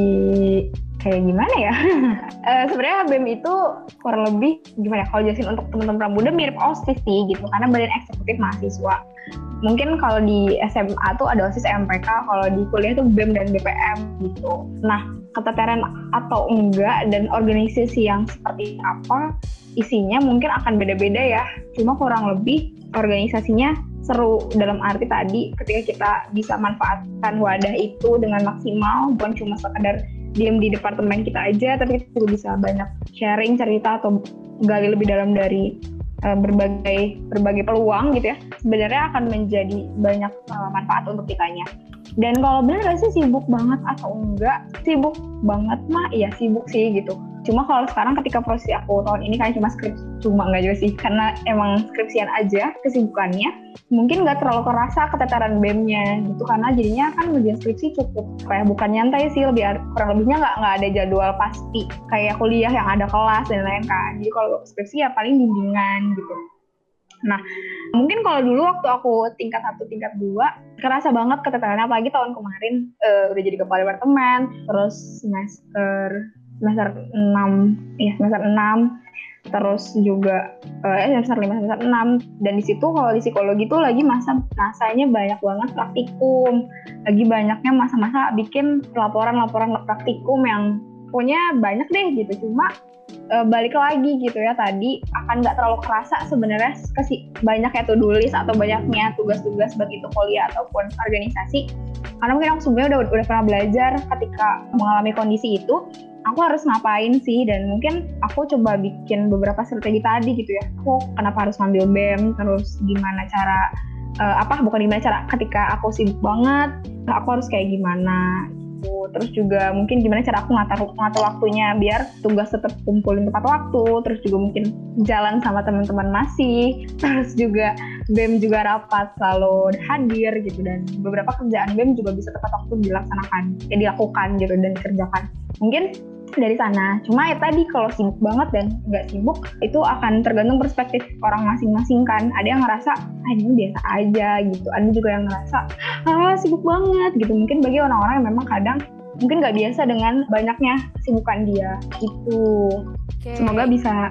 kayak gimana ya? uh, Sebenarnya B E M itu kurang lebih gimana ya? Kalau jelasin untuk teman-teman pramuda mirip OSIS sih gitu, karena badan eksekutif mahasiswa. Mungkin kalau di S M A tuh ada OSIS M P K, kalau di kuliah tuh B E M dan B P M gitu. Nah, keteteran atau enggak dan organisasi yang seperti apa isinya mungkin akan beda-beda ya. Cuma kurang lebih organisasinya seru dalam arti tadi ketika kita bisa manfaatkan wadah itu dengan maksimal, bukan cuma sekedar diem di departemen kita aja, tapi kita juga bisa banyak sharing cerita atau gali lebih dalam dari uh, berbagai berbagai peluang gitu ya. Sebenarnya akan menjadi banyak uh, manfaat untuk kitanya. Dan kalau benar sih sibuk banget atau enggak, sibuk banget mah iya sibuk sih gitu. Cuma kalau sekarang ketika proses aku tahun ini kan cuma skripsi, cuma enggak juga sih, karena emang skripsian aja kesibukannya, mungkin nggak terlalu kerasa keteteran B E M-nya gitu, karena jadinya kan ujian skripsi cukup kayak bukan nyantai sih, lebih kurang lebihnya nggak nggak ada jadwal pasti kayak kuliah yang ada kelas dan lain kan. Jadi kalau skripsi ya paling bimbingan gitu. Nah, mungkin kalau dulu waktu aku tingkat satu, tingkat dua, kerasa banget keteterannya, apalagi tahun kemarin uh, udah jadi kepala departemen, terus semester semester enam, ya semester enam, terus juga eh semester lima, semester enam, dan di situ kalau di psikologi tuh lagi masa masanya banyak banget praktikum, lagi banyaknya masa-masa bikin laporan-laporan praktikum yang punya banyak deh gitu. Cuma e, balik lagi gitu ya tadi, akan nggak terlalu kerasa sebenarnya kasih banyaknya to-do list atau banyaknya tugas-tugas baik itu kuliah ataupun organisasi, karena mungkin aku sebenarnya udah udah pernah belajar ketika mengalami kondisi itu aku harus ngapain sih, dan mungkin aku coba bikin beberapa strategi tadi gitu ya. Aku kenapa harus ngambil B E M, terus gimana cara uh, apa bukan gimana cara ketika aku sibuk banget aku harus kayak gimana gitu. Terus juga mungkin gimana cara aku ngatur ngatur waktunya biar tugas tetap kumpulin tepat waktu, terus juga mungkin jalan sama teman-teman masih, terus juga B E M juga rapat selalu hadir gitu, dan beberapa kerjaan B E M juga bisa tepat waktu dilaksanakan, ya dilakukan gitu dan dikerjakan. Mungkin dari sana. Cuma ya tadi kalau sibuk banget dan nggak sibuk itu akan tergantung perspektif orang masing-masing kan. Ada yang ngerasa ah ini biasa aja gitu. Ada juga yang ngerasa ah sibuk banget gitu. Mungkin bagi orang-orang yang memang kadang mungkin nggak biasa dengan banyaknya kesibukan dia gitu. Okay. Semoga bisa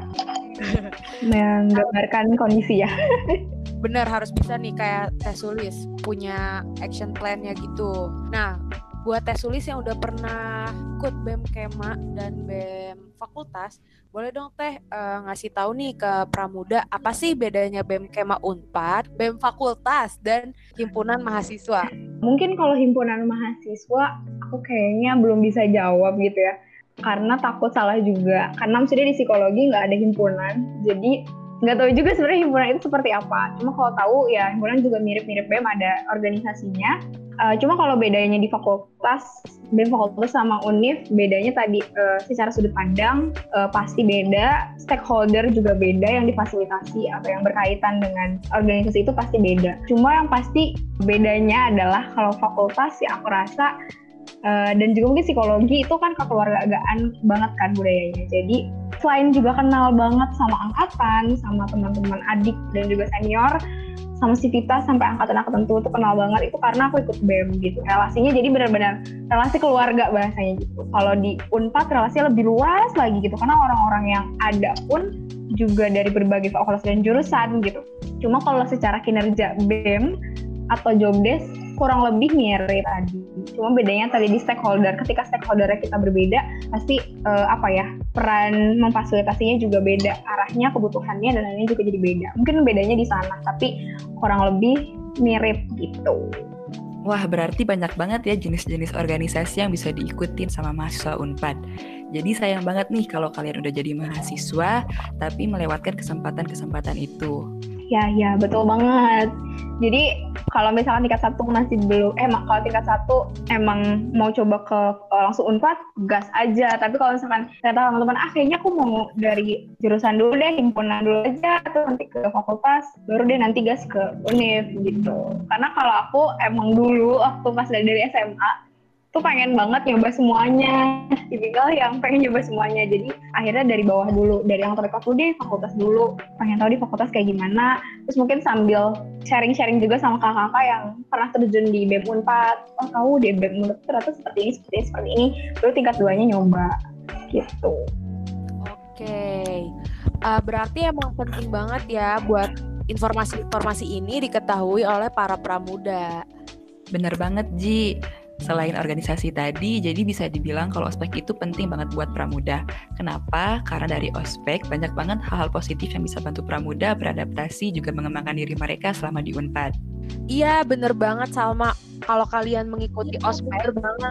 menggambarkan kondisi ya.
Bener, harus bisa nih kayak Teh Sulis punya action plan-nya gitu. Nah, buat Teh Sulis yang udah pernah ikut B E M Kema dan B E M Fakultas, boleh dong Teh uh, ngasih tahu nih ke Pramuda apa sih bedanya B E M Kema Unpad, B E M Fakultas, dan Himpunan Mahasiswa?
Mungkin kalau Himpunan Mahasiswa aku kayaknya belum bisa jawab gitu ya, karena takut salah juga. Karena maksudnya di psikologi nggak ada himpunan, jadi nggak tahu juga sebenarnya himpunan itu seperti apa. Cuma kalau tahu ya himpunan juga mirip-mirip B E M, ada organisasinya. Uh, cuma kalau bedanya di fakultas, B E M Fakultas sama Univ, bedanya tadi uh, secara sudut pandang uh, pasti beda, stakeholder juga beda yang difasilitasi atau yang berkaitan dengan organisasi itu pasti beda. Cuma yang pasti bedanya adalah kalau fakultas ya aku rasa uh, dan juga mungkin psikologi itu kan kekeluargaan banget kan budayanya. Jadi selain juga kenal banget sama angkatan, sama teman-teman adik dan juga senior, sama sivitas sampai angkatan aku tentu itu kenal banget, itu karena aku ikut B E M gitu. Relasinya jadi benar-benar relasi keluarga bahasanya gitu. Kalau di Unpad relasinya lebih luas lagi gitu, karena orang-orang yang ada pun juga dari berbagai fakultas dan jurusan gitu. Cuma kalau secara kinerja B E M atau job desk kurang lebih mirip tadi. Cuma bedanya tadi di stakeholder. Ketika stakeholdernya kita berbeda, pasti uh, apa ya, peran memfasilitasinya juga beda, arahnya, kebutuhannya dan lainnya juga jadi beda. Mungkin bedanya di sana, tapi kurang lebih mirip gitu.
Wah, berarti banyak banget ya jenis-jenis organisasi yang bisa diikutin sama mahasiswa Unpad. Jadi sayang banget nih kalau kalian udah jadi mahasiswa tapi melewatkan kesempatan-kesempatan itu.
Ya, ya, betul banget. Jadi kalau misalkan tingkat satu masih belum, eh kalau tingkat satu emang mau coba ke langsung Unpad, gas aja. Tapi kalau misalkan ternyata teman-teman, ah kayaknya aku mau dari jurusan dulu deh, himpunan dulu aja, atau nanti ke fakultas, baru deh nanti gas ke univ gitu. Karena kalau aku emang dulu waktu pas dari S M A, tuh pengen banget nyoba semuanya, tipikal yang pengen nyoba semuanya. Jadi akhirnya dari bawah dulu, dari yang terdekat dulu deh, fakultas dulu, pengen tahu di fakultas kayak gimana. Terus mungkin sambil sharing-sharing juga sama kakak-kakak yang pernah terjun di B E M Unpad. Oh tahu di B E M Unpad ternyata seperti ini, seperti ini, seperti ini. Baru tingkat duanya nyoba gitu.
Oke, uh, berarti emang penting banget ya buat informasi-informasi ini diketahui oleh para pramuda.
Bener banget, Ji. Selain organisasi tadi, jadi bisa dibilang kalau ospek itu penting banget buat pramuda. Kenapa? Karena dari ospek banyak banget hal-hal positif yang bisa bantu pramuda beradaptasi juga mengembangkan diri mereka selama di Unpad.
Iya, bener banget Salma. Kalau kalian mengikuti ospek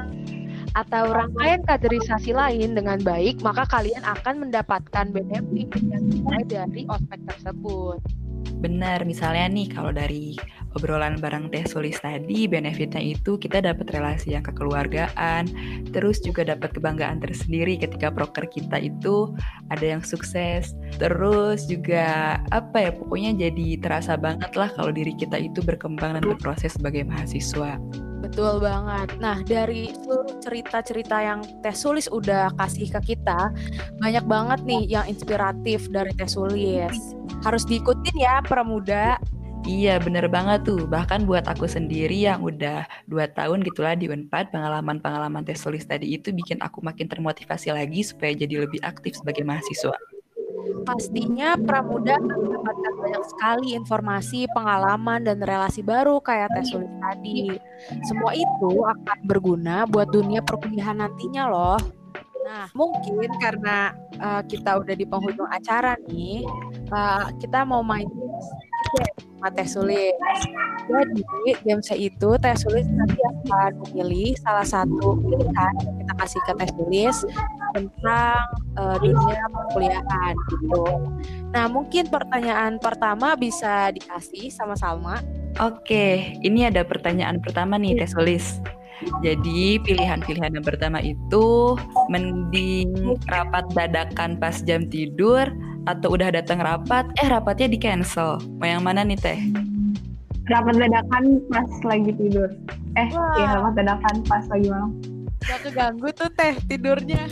atau rangkaian kaderisasi lain dengan baik, maka kalian akan mendapatkan benefit yang dimulai dari ospek tersebut.
Benar, misalnya nih kalau dari obrolan bareng Teh Sulis tadi, benefitnya itu kita dapat relasi yang kekeluargaan, terus juga dapat kebanggaan tersendiri ketika proker kita itu ada yang sukses, terus juga apa ya, pokoknya jadi terasa banget lah kalau diri kita itu berkembang dan berproses sebagai mahasiswa.
Betul banget. Nah, dari seluruh cerita-cerita yang Teh Sulis udah kasih ke kita, banyak banget nih yang inspiratif dari Teh Sulis. Harus diikutin ya, pramuda.
Iya, bener banget tuh. Bahkan buat aku sendiri yang udah dua tahun gitulah di Unpad, pengalaman-pengalaman Teh Sulis tadi itu bikin aku makin termotivasi lagi supaya jadi lebih aktif sebagai mahasiswa.
Pastinya pramuda akan mendapatkan banyak sekali informasi, pengalaman, dan relasi baru kayak Teh Sulis tadi. Semua itu akan berguna buat dunia perkuliahan nantinya loh. Nah, mungkin karena uh, kita udah di penghujung acara nih, uh, kita mau main sedikit sama Teh Sulis. Jadi, games itu Teh Sulis nanti akan memilih salah satu pilihan yang kita kasih ke Teh Sulis tentang uh, dunia perkuliahan gitu. Nah, mungkin pertanyaan pertama bisa dikasih sama Salma.
Oke, ini ada pertanyaan pertama nih Teh Sulis. Jadi pilihan-pilihan yang pertama itu mending rapat dadakan pas jam tidur atau udah datang rapat, eh rapatnya di cancel. Mau yang mana nih Teh?
Rapat dadakan pas lagi tidur. Eh,
Wah.
iya rapat dadakan pas lagi malam.
Gak keganggu tuh Teh tidurnya.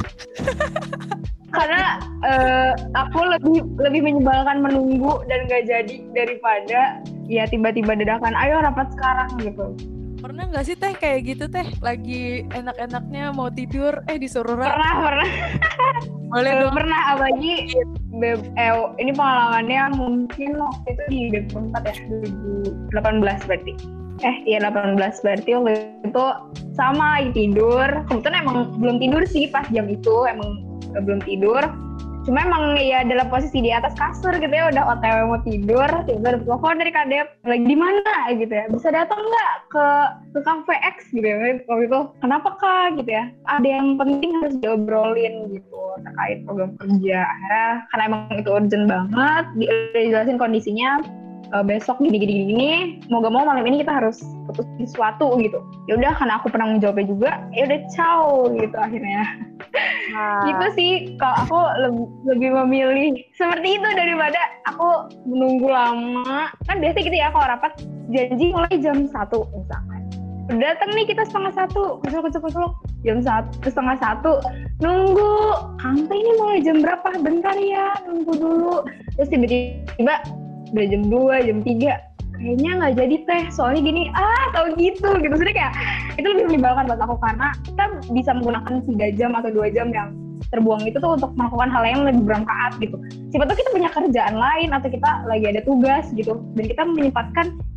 Karena uh, aku lebih lebih menyebalkan menunggu dan gak jadi daripada ya tiba-tiba dadakan, ayo rapat sekarang gitu.
Pernah gak sih Teh kayak gitu Teh? Lagi enak-enaknya mau tidur, eh disuruh rapat.
Pernah, pernah.
Boleh
uh,
dong.
Pernah, apalagi Be- eh, ini pengalamannya mungkin waktu itu di B E M Unpad ya, dua ribu delapan belas berarti. Eh, iya delapan belas berarti waktu itu sama lagi tidur. Kebetulan emang belum tidur sih pas jam itu, emang uh, belum tidur. Cuma emang ya dalam posisi di atas kasur gitu ya, udah O T W mau tidur, tiba-tiba ada telepon dari Kadep, lagi di mana gitu ya, bisa datang nggak ke ke Cafe X gitu ya, waktu itu kenapa Kak gitu ya, ada yang penting harus diobrolin gitu terkait program kerja. Akhirnya karena emang itu urgent banget, dijelasin kondisinya, e, besok gini-gini gini, mau gak mau malam ini kita harus putusin sesuatu gitu. Ya udah, karena aku pernah menjawabnya juga, ya udah ciao gitu akhirnya. Nah. Gitu sih, kalau aku lebih, lebih memilih seperti itu daripada aku menunggu lama. Kan biasa gitu ya, kalau rapat janji mulai jam satu misalkan. Udah datang nih kita setengah satu, kucuk-kucuk-kucuk, jam satu, setengah satu, nunggu. Kantor ini mulai jam berapa? Bentar ya, nunggu dulu. Terus tiba-tiba udah jam dua, jam tiga. Kayaknya nggak jadi Teh, soalnya gini, ah tau gitu, gitu. Sebenernya kayak, itu lebih menyebalkan buat aku, karena kita bisa menggunakan tiga jam atau dua jam yang terbuang itu tuh untuk melakukan hal yang lebih bermanfaat gitu. Siapa tahu kita punya kerjaan lain, atau kita lagi ada tugas gitu, dan kita menyempatkan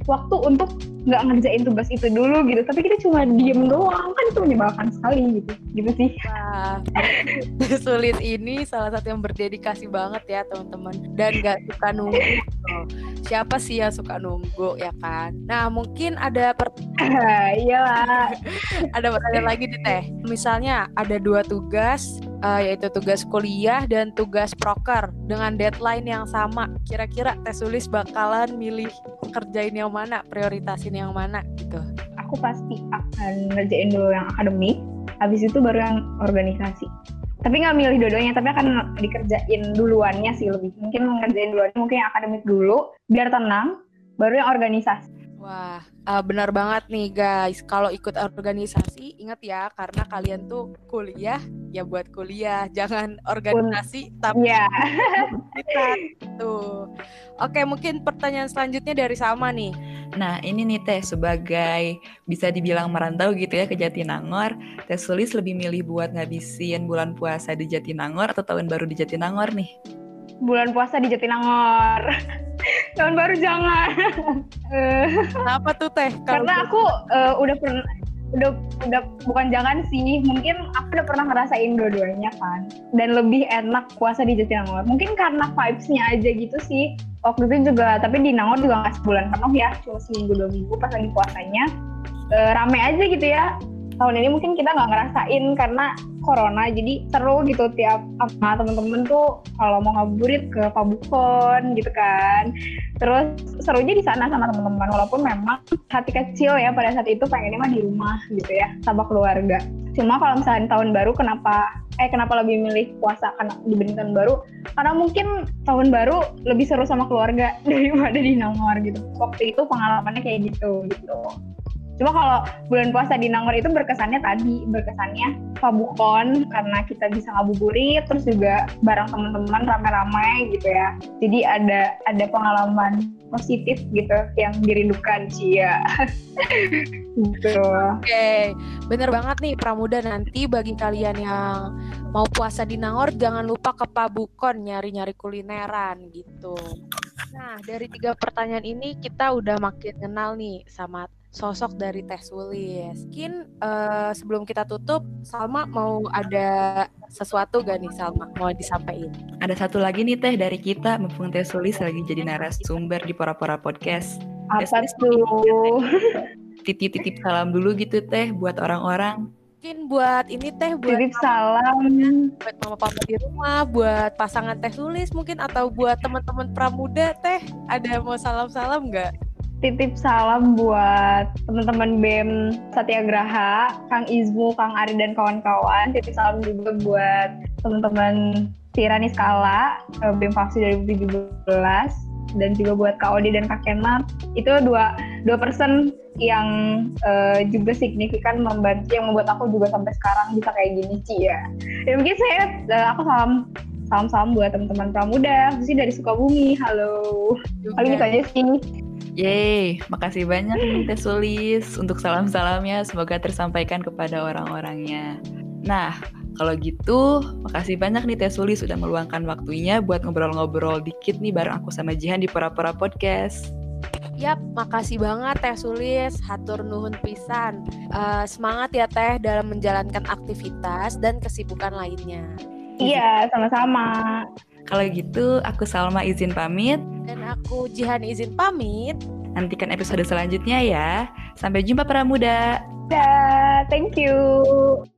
waktu untuk nggak ngerjain tugas itu dulu gitu, tapi kita cuma diem doang, kan itu menyebalkan sekali gitu gitu sih.
Wah, Sulis ini salah satu yang berdedikasi banget ya teman-teman, dan nggak suka nunggu gitu. Siapa sih yang suka nunggu ya kan? Nah mungkin ada pertanyaan
Iyalah.
ada pertanyaan lagi nih Teh. Misalnya ada dua tugas, uh, yaitu tugas kuliah dan tugas proker dengan deadline yang sama. Kira-kira Teh Sulis bakalan milih kerjain yang mana, prioritasin yang mana gitu?
Aku pasti akan ngerjain dulu yang akademik, habis itu baru yang organisasi. Tapi nggak milih dua-duanya, tapi akan dikerjain duluannya sih lebih. Mungkin ngerjain duluannya, mungkin yang akademik dulu, biar tenang, baru yang organisasi.
Wah, uh, benar banget nih guys. Kalau ikut organisasi, ingat ya, karena kalian tuh kuliah, ya buat kuliah. Jangan organisasi, tapi
Iya.
kita tuh. Oke, mungkin pertanyaan selanjutnya dari Salma nih.
Nah ini nih Teh, sebagai bisa dibilang merantau gitu ya ke Jatinangor, Teh Sulis lebih milih buat ngabisin bulan puasa di Jatinangor atau tahun baru di Jatinangor nih?
Bulan puasa di Jatinangor. Tahun baru jangan.
Kenapa tuh Teh?
Karena aku uh, udah pernah udah udah bukan jangan sih, mungkin aku udah pernah ngerasain dua-duanya kan, dan lebih enak puasa di Jatinangor. Mungkin karena vibes-nya aja gitu sih. Waktu itu juga, tapi di Nangor juga nggak sebulan penuh ya, cuma seminggu dua minggu pas lagi puasanya. E, rame aja gitu ya. Tahun ini mungkin kita nggak ngerasain karena corona, jadi seru gitu tiap sama temen-temen tuh kalau mau ngabuburit ke Pabukon gitu kan. Terus serunya di sana sama teman-teman, walaupun memang hati kecil ya pada saat itu pengennya mah di rumah gitu ya sama keluarga. Cuma kalau misalnya tahun baru, kenapa eh kenapa lebih milih puasa karena dibanding tahun baru? Karena mungkin tahun baru lebih seru sama keluarga daripada di Nangor gitu. Waktu itu pengalamannya kayak gitu gitu. Cuma kalau bulan puasa di Nangor itu berkesannya tadi, berkesannya Pabukon karena kita bisa ngabuburit, terus juga bareng teman-teman ramai-ramai gitu ya. Jadi ada ada pengalaman positif gitu yang dirindukan Cia. Gitu.
Oke, okay. Bener banget nih Pramuda, nanti bagi kalian yang mau puasa di Nangor jangan lupa ke Pabukon nyari-nyari kulineran gitu. Nah, dari tiga pertanyaan ini kita udah makin kenal nih sama sosok dari Teh Sulis. Mungkin uh, sebelum kita tutup, Salma mau ada sesuatu gak nih Salma mau disampaikan?
Ada satu lagi nih Teh dari kita, mumpung Teh Sulis lagi jadi narasumber di Pora-Pora Podcast.
Apa tuh?
Titip-titip salam dulu gitu Teh buat orang-orang.
Mungkin buat ini Teh, buat
titip salam
buat mama papa di rumah, buat pasangan Teh Sulis mungkin, atau buat teman-teman Pramuda Teh, ada mau salam-salam nggak?
Titip salam buat teman-teman B E M Satyagraha, Kang Izmu, Kang Ari dan kawan-kawan. Titip salam juga buat teman-teman Tirani Skala, B E M Fafsi dua ribu tujuh belas, dan juga buat Kak Odi dan Kak Kemal. Itu dua dua person yang uh, juga signifikan membantu, yang membuat aku juga sampai sekarang bisa kayak gini Ci ya. Dan mungkin saya uh, aku salam salam-salam buat teman-teman Pramuda, khususnya dari Sukabumi. Halo. Paling gitu aja sih.
Yeay, makasih banyak nih Teh Sulis untuk salam-salamnya, semoga tersampaikan kepada orang-orangnya. Nah, kalau gitu, makasih banyak nih Teh Sulis sudah meluangkan waktunya buat ngobrol-ngobrol dikit nih bareng aku sama Jihan di Pora-Pora Podcast.
Yap, makasih banget Teh Sulis, hatur nuhun pisan. Uh, semangat ya Teh dalam menjalankan aktivitas dan kesibukan lainnya.
Iya, sama-sama.
Kalau gitu, aku Salma izin pamit.
Dan aku Jihan izin pamit.
Nantikan episode selanjutnya ya. Sampai jumpa Pramuda.
Dah, thank you.